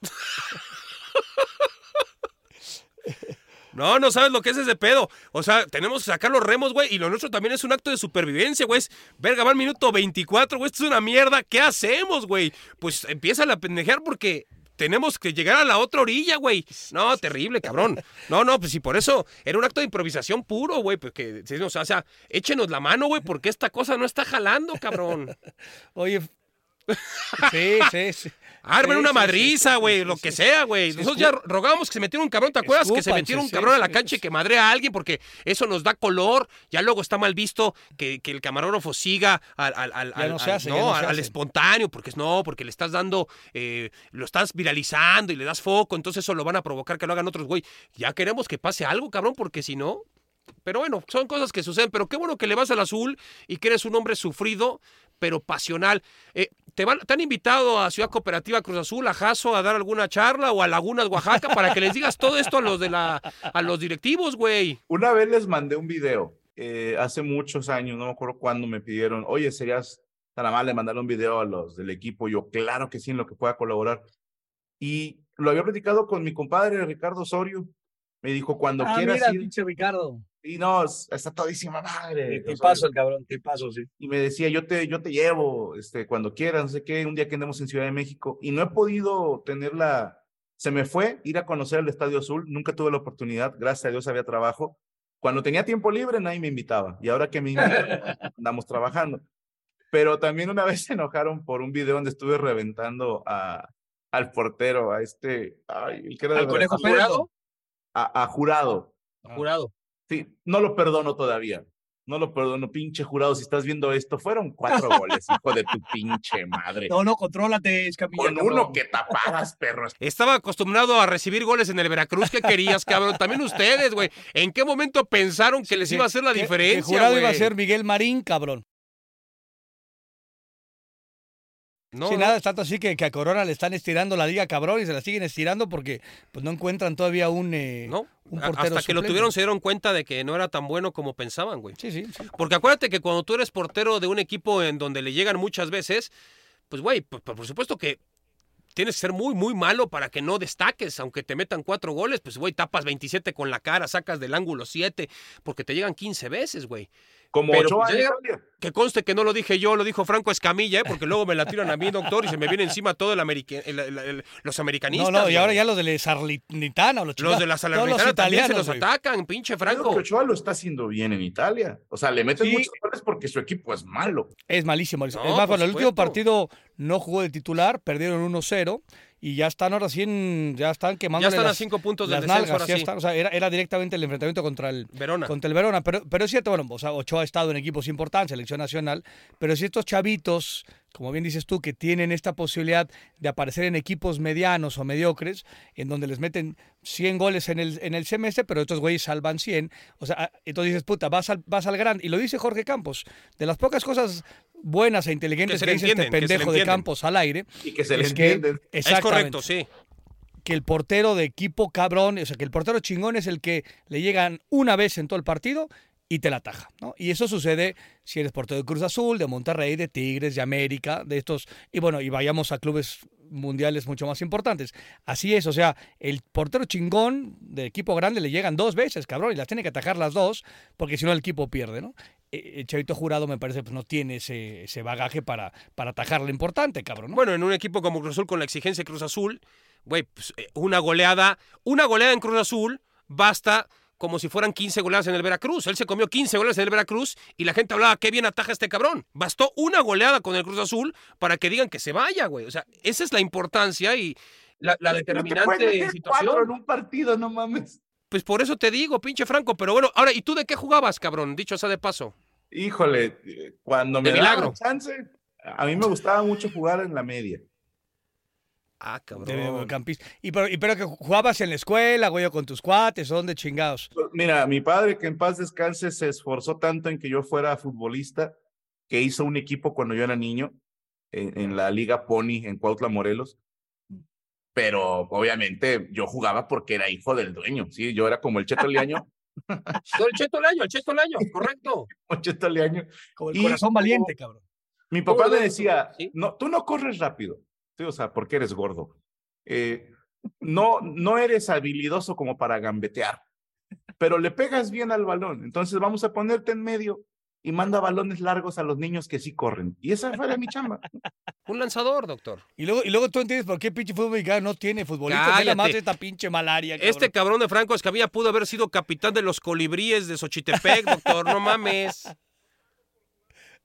No sabes lo que es ese pedo. O sea, tenemos que sacar los remos, güey, y lo nuestro también es un acto de supervivencia, güey. Verga, va al minuto 24, güey, esto es una mierda. ¿Qué hacemos, güey? Pues empieza a pendejear porque... tenemos que llegar a la otra orilla, güey. No, terrible, cabrón. No, pues sí, por eso era un acto de improvisación puro, güey. Porque, o sea, échenos la mano, güey, porque esta cosa no está jalando, cabrón. Oye, Sí. Armen una madriza, güey, lo que sea, güey. Nosotros ya rogábamos que se metiera un cabrón, ¿te acuerdas? Que se metiera un cabrón a la cancha y que madrea a alguien, porque eso nos da color. Ya luego está mal visto que el camarógrafo siga al espontáneo, porque le estás dando, lo estás viralizando y le das foco, entonces eso lo van a provocar que lo hagan otros, güey. Ya queremos que pase algo, cabrón, porque si no... Pero bueno, son cosas que suceden, pero qué bueno que le vas al azul y que eres un hombre sufrido, pero pasional. ¿Te han invitado a Ciudad Cooperativa Cruz Azul, a Jaso, a dar alguna charla o a Lagunas, Oaxaca, para que les digas todo esto a los directivos, güey? Una vez les mandé un video, hace muchos años, no me acuerdo cuándo me pidieron, oye, ¿serías tan amable de mandarle un video a los del equipo? Yo, claro que sí, en lo que pueda colaborar. Y lo había platicado con mi compadre Ricardo Osorio. Me dijo, cuando quieras mira, ir... pinche Ricardo. Y no, está todísima madre. Te paso el cabrón, te paso, sí. Y me decía, yo te llevo, cuando quieras, no sé qué, un día que andemos en Ciudad de México. Y no he podido se me fue ir a conocer el Estadio Azul, nunca tuve la oportunidad, gracias a Dios había trabajo. Cuando tenía tiempo libre nadie me invitaba. Y ahora que me invitan, andamos trabajando. Pero también una vez se enojaron por un video donde estuve reventando al portero, el que era ¿Al Conejo Jurado? A Jurado. Jurado. Sí, no lo perdono todavía. No lo perdono, pinche Jurado. Si estás viendo esto, fueron 4 goles, hijo de tu pinche madre. No, contrólate, Escamilla. Con uno que tapadas, perros. Estaba acostumbrado a recibir goles en el Veracruz. ¿Qué querías, cabrón? También ustedes, güey. ¿En qué momento pensaron que les iba a hacer la diferencia, que Jurado güey? iba a ser Miguel Marín, cabrón. No, sí, nada, es tanto así que a Corona le están estirando la liga, cabrón, y se la siguen estirando porque pues no encuentran todavía un portero hasta que suplente. lo tuvieron se dieron cuenta de que no era tan bueno como pensaban, güey. Sí. Porque acuérdate que cuando tú eres portero de un equipo en donde le llegan muchas veces, pues, güey, por supuesto que tienes que ser muy, muy malo para que no destaques, aunque te metan 4 goles, pues, güey, tapas 27 con la cara, sacas del ángulo 7, porque te llegan 15 veces, güey. Como pero Ochoa pues, que conste que no lo dije yo, lo dijo Franco Escamilla, porque luego me la tiran a mí, doctor, y se me viene encima todo los americanistas. No, y ahora ya los de la Salernitana, los de la Salernitana también se los atacan, pinche Franco. Creo que Ochoa lo está haciendo bien en Italia. O sea, le meten muchos goles porque su equipo es malo. Es malísimo. No, es más, bueno, el último partido no jugó de titular, perdieron 1-0. Y ya están ahora sí, ya están quemando. Ya están a 5 puntos del descenso, ahora sí. O sea, era directamente el enfrentamiento contra el Verona. Pero es cierto, bueno, o sea, Ochoa ha estado en equipos importantes, selección nacional, pero si estos chavitos, como bien dices tú, que tienen esta posibilidad de aparecer en equipos medianos o mediocres, en donde les meten 100 goles en el semestre, pero estos güeyes salvan 100, o sea, entonces dices, puta, vas al gran, y lo dice Jorge Campos, de las pocas cosas buenas e inteligentes que dice este pendejo de Campos al aire. Y que se le entienden. Es correcto, sí. Que el portero de equipo cabrón, o sea, que el portero chingón es el que le llegan una vez en todo el partido y te la ataja, ¿no? Y eso sucede si eres portero de Cruz Azul, de Monterrey, de Tigres, de América, de estos, y bueno, y vayamos a clubes mundiales mucho más importantes. Así es, o sea, el portero chingón de equipo grande le llegan 2 veces, cabrón, y las tiene que atajar las 2, porque si no el equipo pierde, ¿no? El Chavito Jurado me parece pues no tiene ese bagaje para atajar lo importante, cabrón, ¿no? Bueno, en un equipo como Cruz Azul con la exigencia de Cruz Azul, güey, pues, una goleada en Cruz Azul basta como si fueran 15 goleadas en el Veracruz. Él se comió 15 goles en el Veracruz y la gente hablaba, qué bien ataja este cabrón. Bastó una goleada con el Cruz Azul para que digan que se vaya, güey. O sea, esa es la importancia y la determinante situación. 4 en un partido, no mames. Pues por eso te digo, pinche Franco. Pero bueno, ahora, ¿y tú de qué jugabas, cabrón? Dicho sea de paso. Híjole, cuando me daban chance, a mí me gustaba mucho jugar en la media. Ah, cabrón. De mediocampista. Pero que jugabas en la escuela, güey, o con tus cuates, ¿o dónde chingados? Mira, mi padre, que en paz descanse, se esforzó tanto en que yo fuera futbolista, que hizo un equipo cuando yo era niño, en la Liga Pony, en Cuautla, Morelos. Pero, obviamente, yo jugaba porque era hijo del dueño, ¿sí? Yo era como el Cheto Leaño. El Cheto Leaño, correcto. El Cheto Leaño. Como el corazón valiente, cabrón. Mi papá me decía, ¿sí? No, tú no corres rápido. Sí, o sea, porque eres gordo. No eres habilidoso como para gambetear, pero le pegas bien al balón. Entonces vamos a ponerte en medio y manda balones largos a los niños que sí corren. Y esa fue mi chamba. Un lanzador, doctor. Y luego tú entiendes por qué el pinche fútbol mexicano no tiene futbolistas. Nada más esta pinche malaria. Cabrón. Este cabrón de Franco Escamilla pudo haber sido capitán de los Colibríes de Xochitepec, doctor. No mames.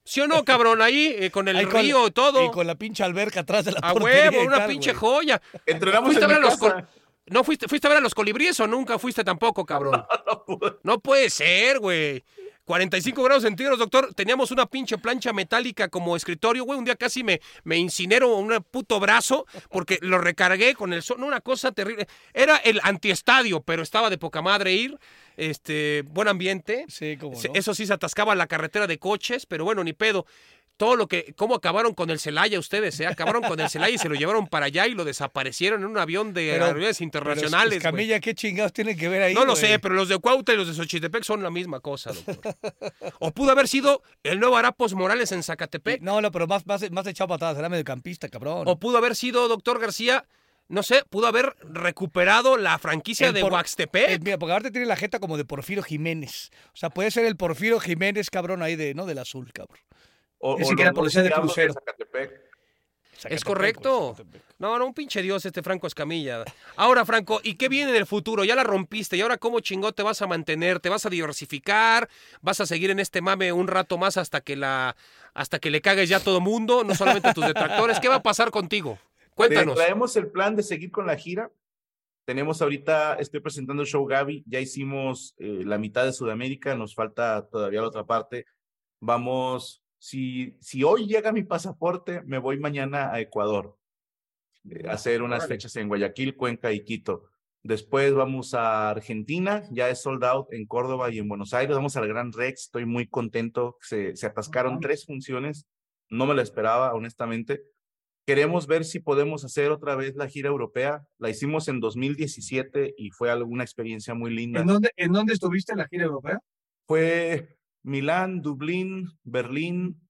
¿Sí o no, cabrón? Ahí, con el Ahí río y todo. Y con la pinche alberca atrás de la A portería huevo, y una tal, pinche güey. joya. Entrenamos ¿Fuiste en a ver mi a los casa. ¿No fuiste a ver a los colibríes o nunca fuiste tampoco, cabrón? No pude. No puede ser, güey. 45 grados centígrados, doctor. Teníamos una pinche plancha metálica como escritorio, güey. Un día casi me incinero un puto brazo porque lo recargué con el sol. No, una cosa terrible. Era el antiestadio, pero estaba de poca madre ir. Buen ambiente. Sí, cómo no. Eso sí, se atascaba la carretera de coches, pero bueno, ni pedo. ¿Cómo acabaron con el Celaya ustedes, Acabaron con el Celaya y se lo llevaron para allá y lo desaparecieron en un avión de aerolíneas internacionales, Pero Escamilla, ¿qué chingados tiene que ver ahí, no lo güey? sé, pero los de Cuautla y los de Xochitepec son la misma cosa, doctor. O pudo haber sido el nuevo Arapos Morales en Zacatepec. No, pero más echado para atrás, era mediocampista, cabrón. O pudo haber sido, doctor García, no sé, pudo haber recuperado la franquicia de Huaxtepec. Mira, porque ahorita tiene la jeta como de Porfirio Jiménez. O sea, puede ser el Porfirio Jiménez, cabrón, ahí del azul, cabrón. O siquiera los policía de Diablos crucero. Zacatepec. Es correcto. No, un pinche dios Franco Escamilla. Ahora, Franco, ¿y qué viene en el futuro? Ya la rompiste, ¿y ahora cómo chingón te vas a mantener? ¿Te vas a diversificar? ¿Vas a seguir en este mame un rato más hasta que le cagues ya a todo mundo? No solamente a tus detractores. ¿Qué va a pasar contigo? Cuéntanos. Traemos el plan de seguir con la gira. Tenemos ahorita, estoy presentando el show Gaby, ya hicimos la mitad de Sudamérica, nos falta todavía la otra parte. Vamos, si hoy llega mi pasaporte, me voy mañana a Ecuador a hacer unas fechas en Guayaquil, Cuenca y Quito. Después vamos a Argentina, ya es sold out en Córdoba y en Buenos Aires. Vamos al Gran Rex, estoy muy contento. Se atascaron 3 funciones, no me lo esperaba, honestamente. Queremos ver si podemos hacer otra vez la gira europea. La hicimos en 2017 y fue una experiencia muy linda. ¿En dónde estuviste en la gira europea? Fue Milán, Dublín, Berlín,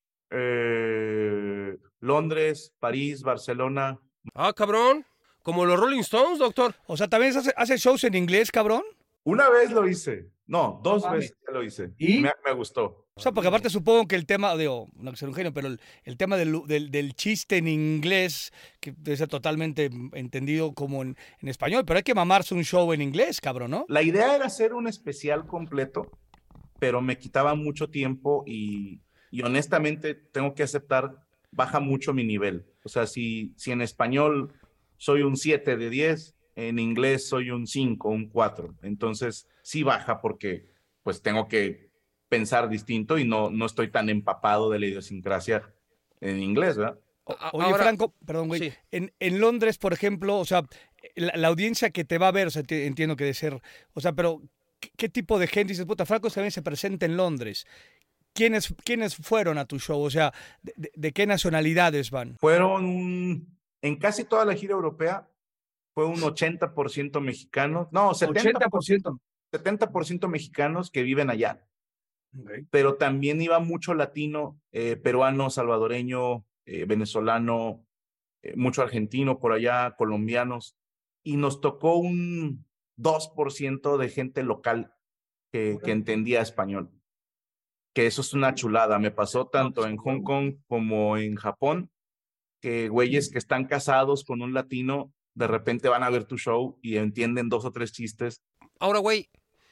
Londres, París, Barcelona. Ah, cabrón. Como los Rolling Stones, doctor. O sea, ¿también hace shows en inglés, cabrón? Una vez lo hice. No, 2 veces lo hice. ¿Y? Me gustó. O sea, porque aparte supongo que el tema, no que ser un genio, pero el tema del chiste en inglés, que debe ser totalmente entendido como en español, pero hay que mamarse un show en inglés, cabrón, ¿no? La idea era hacer un especial completo, pero me quitaba mucho tiempo y honestamente tengo que aceptar, baja mucho mi nivel. O sea, si en español soy un 7 de 10, en inglés soy un 5, un 4. Entonces sí baja porque pues tengo que pensar distinto y no estoy tan empapado de la idiosincrasia en inglés, ¿verdad? Oye, ahora, Franco, perdón, güey. Sí. En Londres, por ejemplo, o sea, la audiencia que te va a ver, o sea, entiendo que debe ser, o sea, pero ¿qué tipo de gente? Dices, puta, Franco también se presenta en Londres. ¿Quiénes fueron a tu show? O sea, ¿de qué nacionalidades van? Fueron, en casi toda la gira europea, fue un 80% mexicanos, no, 70%. 70% mexicanos que viven allá. Okay. Pero también iba mucho latino, peruano, salvadoreño, venezolano, mucho argentino por allá, colombianos, y nos tocó un 2% de gente local que entendía español. Que eso es una chulada. Me pasó tanto en Hong Kong como en Japón, que güeyes que están casados con un latino, de repente van a ver tu show y entienden 2 o 3 chistes. Ahora, güey,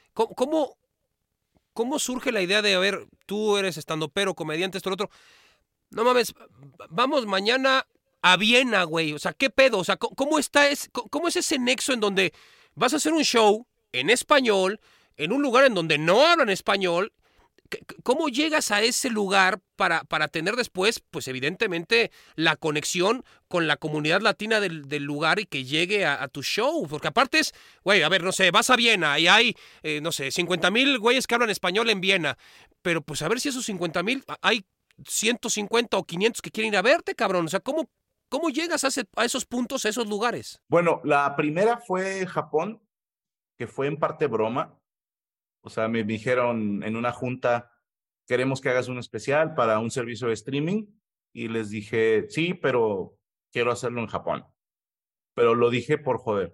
¿cómo surge la idea de, a ver, tú eres estandopero, comediante, esto, lo otro? No mames, vamos mañana a Viena, güey. O sea, ¿qué pedo? O sea, ¿cómo es ese nexo en donde vas a hacer un show en español, en un lugar en donde no hablan español? ¿Cómo llegas a ese lugar para tener después, pues evidentemente, la conexión con la comunidad latina del lugar y que llegue a tu show? Porque aparte es, güey, a ver, no sé, vas a Viena y hay, no sé, 50,000 güeyes que hablan español en Viena, pero pues a ver si esos 50,000, hay 150 o 500 que quieren ir a verte, cabrón. O sea, ¿cómo llegas a esos puntos, a esos lugares? Bueno, la primera fue Japón, que fue en parte broma. O sea, me dijeron en una junta, queremos que hagas un especial para un servicio de streaming. Y les dije, sí, pero quiero hacerlo en Japón. Pero lo dije por joder.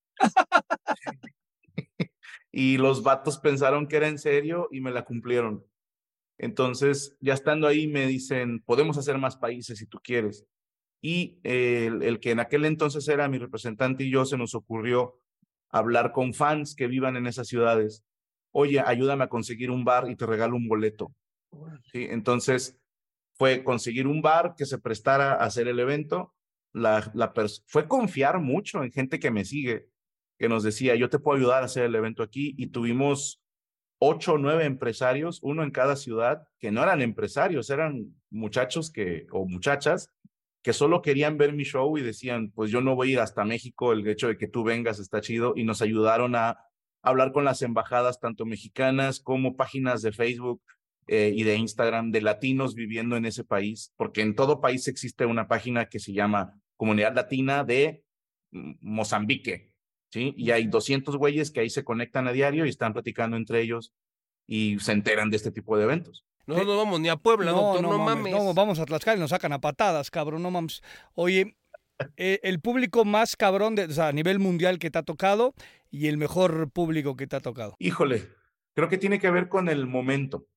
Y los vatos pensaron que era en serio y me la cumplieron. Entonces, ya estando ahí, me dicen, podemos hacer más países si tú quieres. Y el que en aquel entonces era mi representante y yo, se nos ocurrió hablar con fans que vivan en esas ciudades. Oye, ayúdame a conseguir un bar y te regalo un boleto. ¿Sí? Entonces, fue conseguir un bar que se prestara a hacer el evento. Fue confiar mucho en gente que me sigue, que nos decía, yo te puedo ayudar a hacer el evento aquí, y tuvimos 8 o 9 empresarios, uno en cada ciudad, que no eran empresarios, eran muchachos o muchachas que solo querían ver mi show y decían, pues yo no voy a ir hasta México, el hecho de que tú vengas está chido, y nos ayudaron a hablar con las embajadas, tanto mexicanas como páginas de Facebook y de Instagram de latinos viviendo en ese país, porque en todo país existe una página que se llama Comunidad Latina de Mozambique, ¿sí? Y hay 200 güeyes que ahí se conectan a diario y están platicando entre ellos y se enteran de este tipo de eventos. No vamos ni a Puebla, doctor, no mames. No, vamos a Tlaxcala y nos sacan a patadas, cabrón, no mames. Oye, el público más cabrón, o sea, a nivel mundial que te ha tocado y el mejor público que te ha tocado. Híjole, creo que tiene que ver con el momento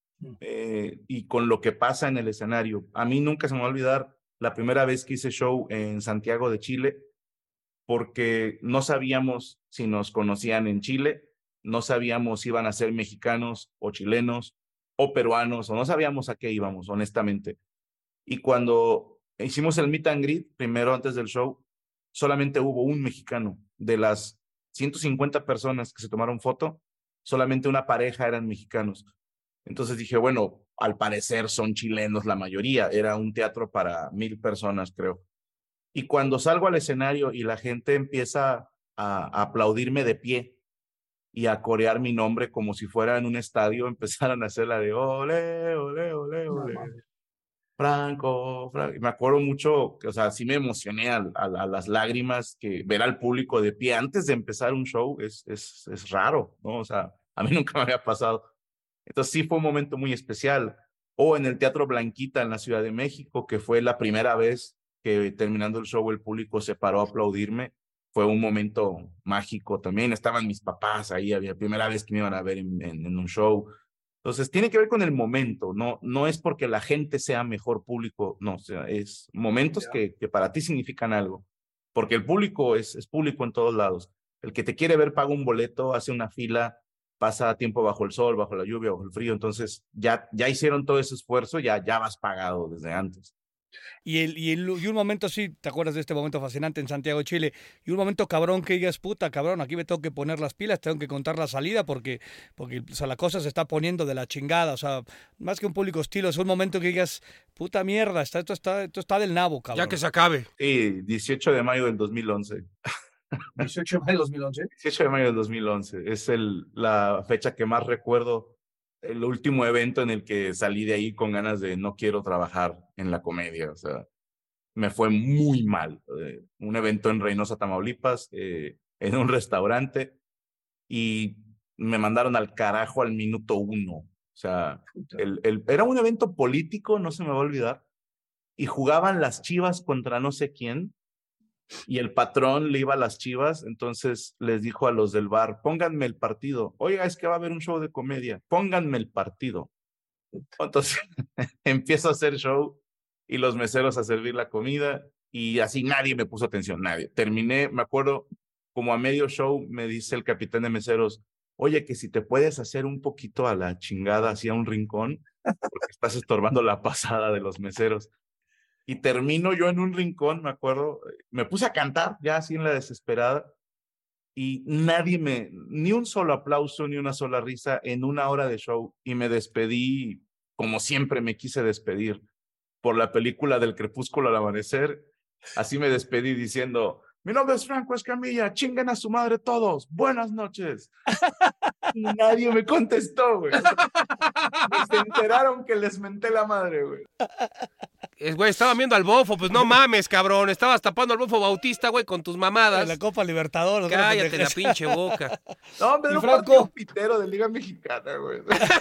y con lo que pasa en el escenario. A mí nunca se me va a olvidar la primera vez que hice show en Santiago de Chile, porque no sabíamos si nos conocían en Chile, no sabíamos si iban a ser mexicanos o chilenos o peruanos, o no sabíamos a qué íbamos, honestamente. Y cuando hicimos el meet and greet, primero antes del show, solamente hubo un mexicano. De las 150 personas que se tomaron foto, solamente una pareja eran mexicanos. Entonces dije, bueno, al parecer son chilenos la mayoría. Era un teatro para 1,000 personas, creo. Y cuando salgo al escenario y la gente empieza a aplaudirme de pie y a corear mi nombre como si fuera en un estadio, empezaron a hacer la de ole, ole, ole, ole. Franco. Y me acuerdo mucho, o sea, sí me emocioné a las lágrimas, que ver al público de pie antes de empezar un show es raro, ¿no? O sea, a mí nunca me había pasado. Entonces sí fue un momento muy especial. O en el Teatro Blanquita en la Ciudad de México, que fue la primera vez que terminando el show el público se paró a aplaudirme. Fue un momento mágico también. Estaban mis papás ahí, había primera vez que me iban a ver en un show. Entonces tiene que ver con el momento, no es porque la gente sea mejor público, no, o sea, es momentos que para ti significan algo, porque el público es público en todos lados. El que te quiere ver paga un boleto, hace una fila, pasa tiempo bajo el sol, bajo la lluvia, bajo el frío, entonces ya hicieron todo ese esfuerzo, ya vas pagado desde antes. Y un momento así, ¿te acuerdas de este momento fascinante en Santiago de Chile? Y un momento cabrón que digas, puta cabrón, aquí me tengo que poner las pilas, tengo que contar la salida porque o sea, la cosa se está poniendo de la chingada, o sea, más que un público hostil, es un momento que digas, puta mierda, esto está del nabo, cabrón. Ya que se acabe. Sí, 18 de mayo del 2011. 18 de mayo del 2011. 18 de mayo del 2011, es la fecha que más recuerdo. El último evento en el que salí de ahí con ganas de no quiero trabajar en la comedia, o sea, me fue muy mal. Un evento en Reynosa, Tamaulipas, en un restaurante, y me mandaron al carajo al minuto 1. O sea, era un evento político, no se me va a olvidar, y jugaban las Chivas contra no sé quién, y el patrón le iba a las Chivas, entonces les dijo a los del bar, pónganme el partido. Oiga, es que va a haber un show de comedia, pónganme el partido. Entonces empiezo a hacer show y los meseros a servir la comida, y así nadie me puso atención, nadie. Terminé, me acuerdo, como a medio show me dice el capitán de meseros, oye, que si te puedes hacer un poquito a la chingada, hacia un rincón, porque estás estorbando la pasada de los meseros. Y termino yo en un rincón, me acuerdo, me puse a cantar ya así en la desesperada, y ni un solo aplauso, ni una sola risa en una hora de show, y me despedí como siempre me quise despedir, por la película del crepúsculo al amanecer. Así me despedí diciendo, mi nombre es Franco Escamilla, chinguen a su madre todos, buenas noches. Y nadie me contestó, güey. Se enteraron que les menté la madre, güey. Güey, estaban viendo al Bofo, pues no mames, cabrón. Estabas tapando al Bofo Bautista, güey, con tus mamadas. En la Copa Libertadores. Cállate la pinche boca. No, hombre, Franco, un pitero de Liga Mexicana, güey.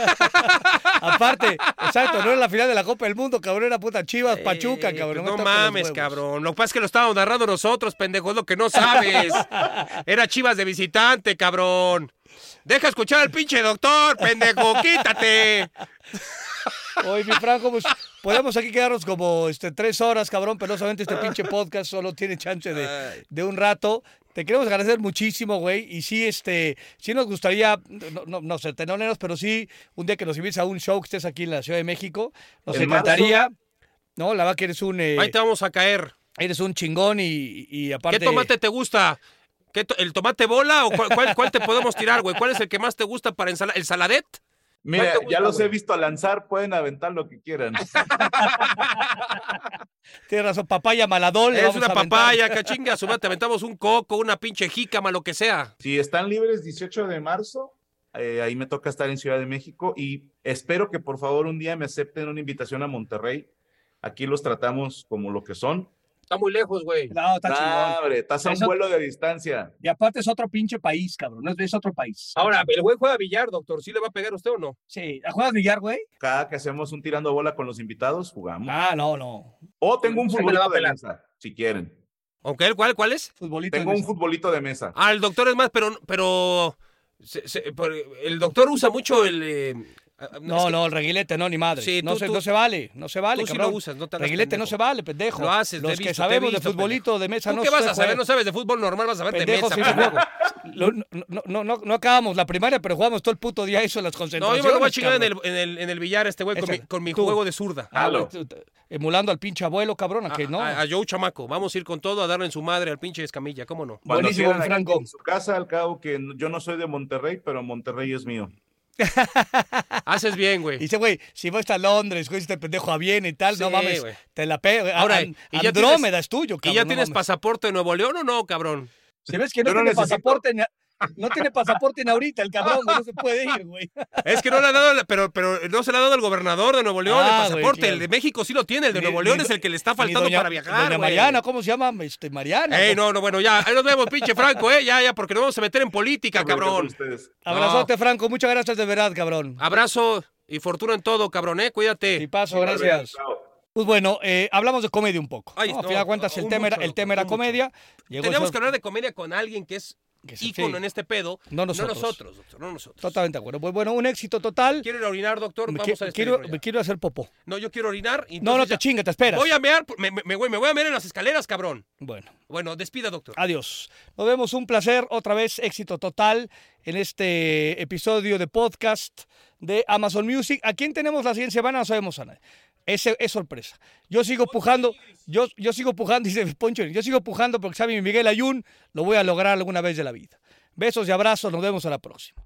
Aparte, exacto, no era la final de la Copa del Mundo, cabrón, era puta Chivas, Pachuca, cabrón. Pues no mames, cabrón. Lo que pasa es que lo estábamos narrando nosotros, pendejo, es lo que no sabes. Era Chivas de visitante, cabrón. Deja escuchar al pinche doctor, pendejo, quítate. Oye, mi Franco, pues podemos aquí quedarnos como 3 horas, cabrón, pero no solamente este pinche podcast solo tiene chance de un rato. Te queremos agradecer muchísimo, güey. Y sí, sí nos gustaría, no sé, tenernos, pero sí, un día que nos invites a un show que estés aquí en la Ciudad de México, nos encantaría. No, la verdad que eres un... ahí te vamos a caer. Eres un chingón y aparte... ¿Qué tomate te gusta? ¿El tomate bola o cuál te podemos tirar, güey? ¿Cuál es el que más te gusta para ensalada? ¿El saladet? Mira, ya los he visto lanzar, pueden aventar lo que quieran. Tienes razón, papaya maladol. Es una papaya, cachinga, te aventamos un coco, una pinche jícama, lo que sea. Si están libres 18 de marzo, ahí me toca estar en Ciudad de México y espero que por favor un día me acepten una invitación a Monterrey. Aquí los tratamos como lo que son. Está muy lejos, güey. No, está chingón. Estás a un vuelo de distancia. Y aparte es otro pinche país, cabrón. Es otro país. Ahora, ¿el güey juega billar, doctor? ¿Sí le va a pegar a usted o no? Sí. ¿Juegas billar, güey? Cada que hacemos un tirando bola con los invitados, jugamos. No. O tengo un futbolito de mesa, si quieren. ¿Aunque él cuál es? Futbolito tengo un futbolito de mesa. El doctor es más, pero el doctor usa mucho el... No, el reguilete no, ni madre. Sí, no se vale, tú cabrón. sí lo usas, no te hagas reguilete pendejo. No se vale, pendejo. Lo haces, los que sabemos de futbolito de mesa ¿Tú no qué vas a saber? No sabes de fútbol normal, vas a ver de mesa. No acabamos la primaria, pero jugamos todo el puto día eso en las concentraciones. No, yo me lo voy a chingar en el billar güey con mi juego de zurda. Emulando al pinche abuelo, cabrón, a que no. A Joe Chamaco. Vamos a ir con todo a darle en su madre al pinche Escamilla, ¿cómo no? Buenísimo, Franco. En su casa, al cabo que yo no soy de Monterrey, pero Monterrey es mío. Haces bien, güey. Dice, güey, si vas a Londres, güey, este pendejo viene y tal, sí, no mames, wey. Te la pego. Ahora, Andrómeda es tuyo, cabrón. ¿Y ya tienes pasaporte de Nuevo León o no, cabrón? Si ves que no tiene pasaporte, no tiene pasaporte ni ahorita el cabrón, no se puede ir, güey. Es que no le ha dado, pero no se le ha dado el gobernador de Nuevo León el pasaporte. Güey, claro. El de México sí lo tiene, el de Nuevo León es el que le está faltando para viajar, doña Mariana, ¿cómo se llama? Mariana. No, bueno, ya, ahí nos vemos, pinche Franco, ya, porque nos vamos a meter en política, cabrón. Abrazote, Franco, muchas gracias de verdad, cabrón. Abrazo y fortuna en todo, cabrón, cuídate. Y paso, gracias. Pues bueno, hablamos de comedia un poco. Al final de cuentas, el tema era comedia. Tenemos que hablar de comedia con alguien que es ícono en este pedo. No nosotros, doctor, no nosotros. Totalmente de acuerdo. Pues bueno, un éxito total. ¿Quiero ir a orinar, doctor? Vamos a quiero hacer popó. No, yo quiero orinar. No te chingue, te esperas. Voy a mear, me voy a mear en las escaleras, cabrón. Bueno, despida, doctor. Adiós. Nos vemos, un placer. Otra vez, éxito total en este episodio de podcast de Amazon Music. ¿A quién tenemos la siguiente semana? No sabemos a nadie. Es sorpresa. Yo sigo pujando, dice Poncho, yo sigo pujando porque sabe mi Miguel Ayun, lo voy a lograr alguna vez de la vida. Besos y abrazos, nos vemos a la próxima.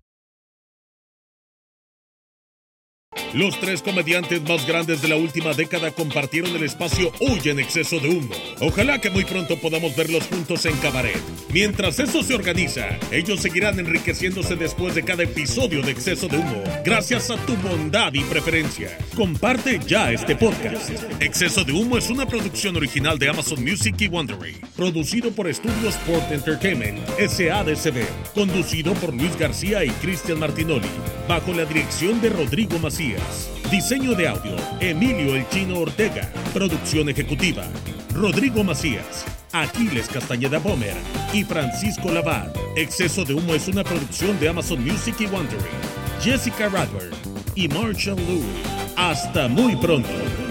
Los 3 comediantes más grandes de la última década compartieron el espacio Hoy en Exceso de Humo. Ojalá que muy pronto podamos verlos juntos en cabaret. Mientras eso se organiza, ellos seguirán enriqueciéndose después de cada episodio de Exceso de Humo, gracias a tu bondad y preferencia. Comparte ya este podcast. Exceso de Humo es una producción original de Amazon Music y Wondery. Producido por Estudios Sport Entertainment, SADCB. Conducido por Luis García y Cristian Martinoli. Bajo la dirección de Rodrigo Macías. Diseño de audio, Emilio El Chino Ortega. Producción ejecutiva, Rodrigo Macías, Aquiles Castañeda Bomer y Francisco Lavar. Exceso de Humo es una producción de Amazon Music y Wondery. Jessica Radburn y Marshall Louis. Hasta muy pronto.